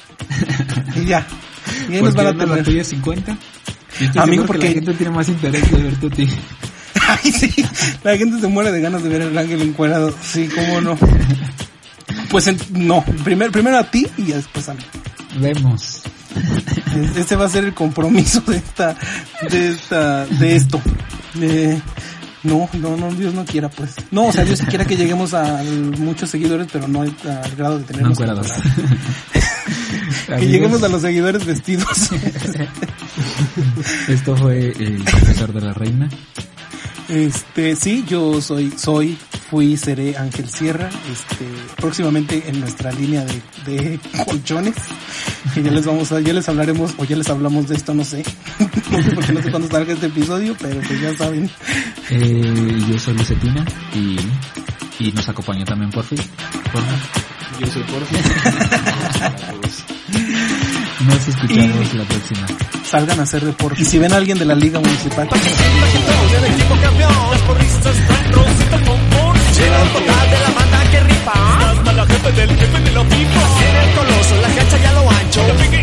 Y ya. Y ahí ¿Por nos van qué a no la tener. tuya cincuenta? Yo estoy Amigo, seguro que porque- la gente tiene más interés de verte a ti. Ay, sí. La gente se muere de ganas de ver el ángel encuerado. Sí, cómo no. Pues en- no, primero, primero a ti y ya después a mí. Vemos. Este va a ser el compromiso de esta, de esta, de esto. Eh, no, no, no, Dios no quiera, pues. No, o sea, Dios quiera que lleguemos a muchos seguidores, pero no al al grado de No tenernos. encuerados. que lleguemos a los seguidores vestidos. Esto fue el Confesor de la Reina. Este, sí, yo soy, soy, fui, seré Ángel Sierra, este, próximamente en nuestra línea de, de colchones, que ya les vamos a, ya les hablaremos, o ya les hablamos de esto, no sé, no sé porque no sé cuándo salga este episodio, pero pues ya saben. Eh, yo soy Lucetina y, y nos acompañó también Porfi. Porfi. Yo soy Porfi. Nos escuchamos Y- la próxima. Salgan a hacer deporte. Y si ven a alguien de la liga municipal, El equipo campeón, los porristas están rositas bombón. Llega el total de la banda que rifa. Hasta la jefe del jefe de los tipos. En el coloso, la cancha ya lo ancho.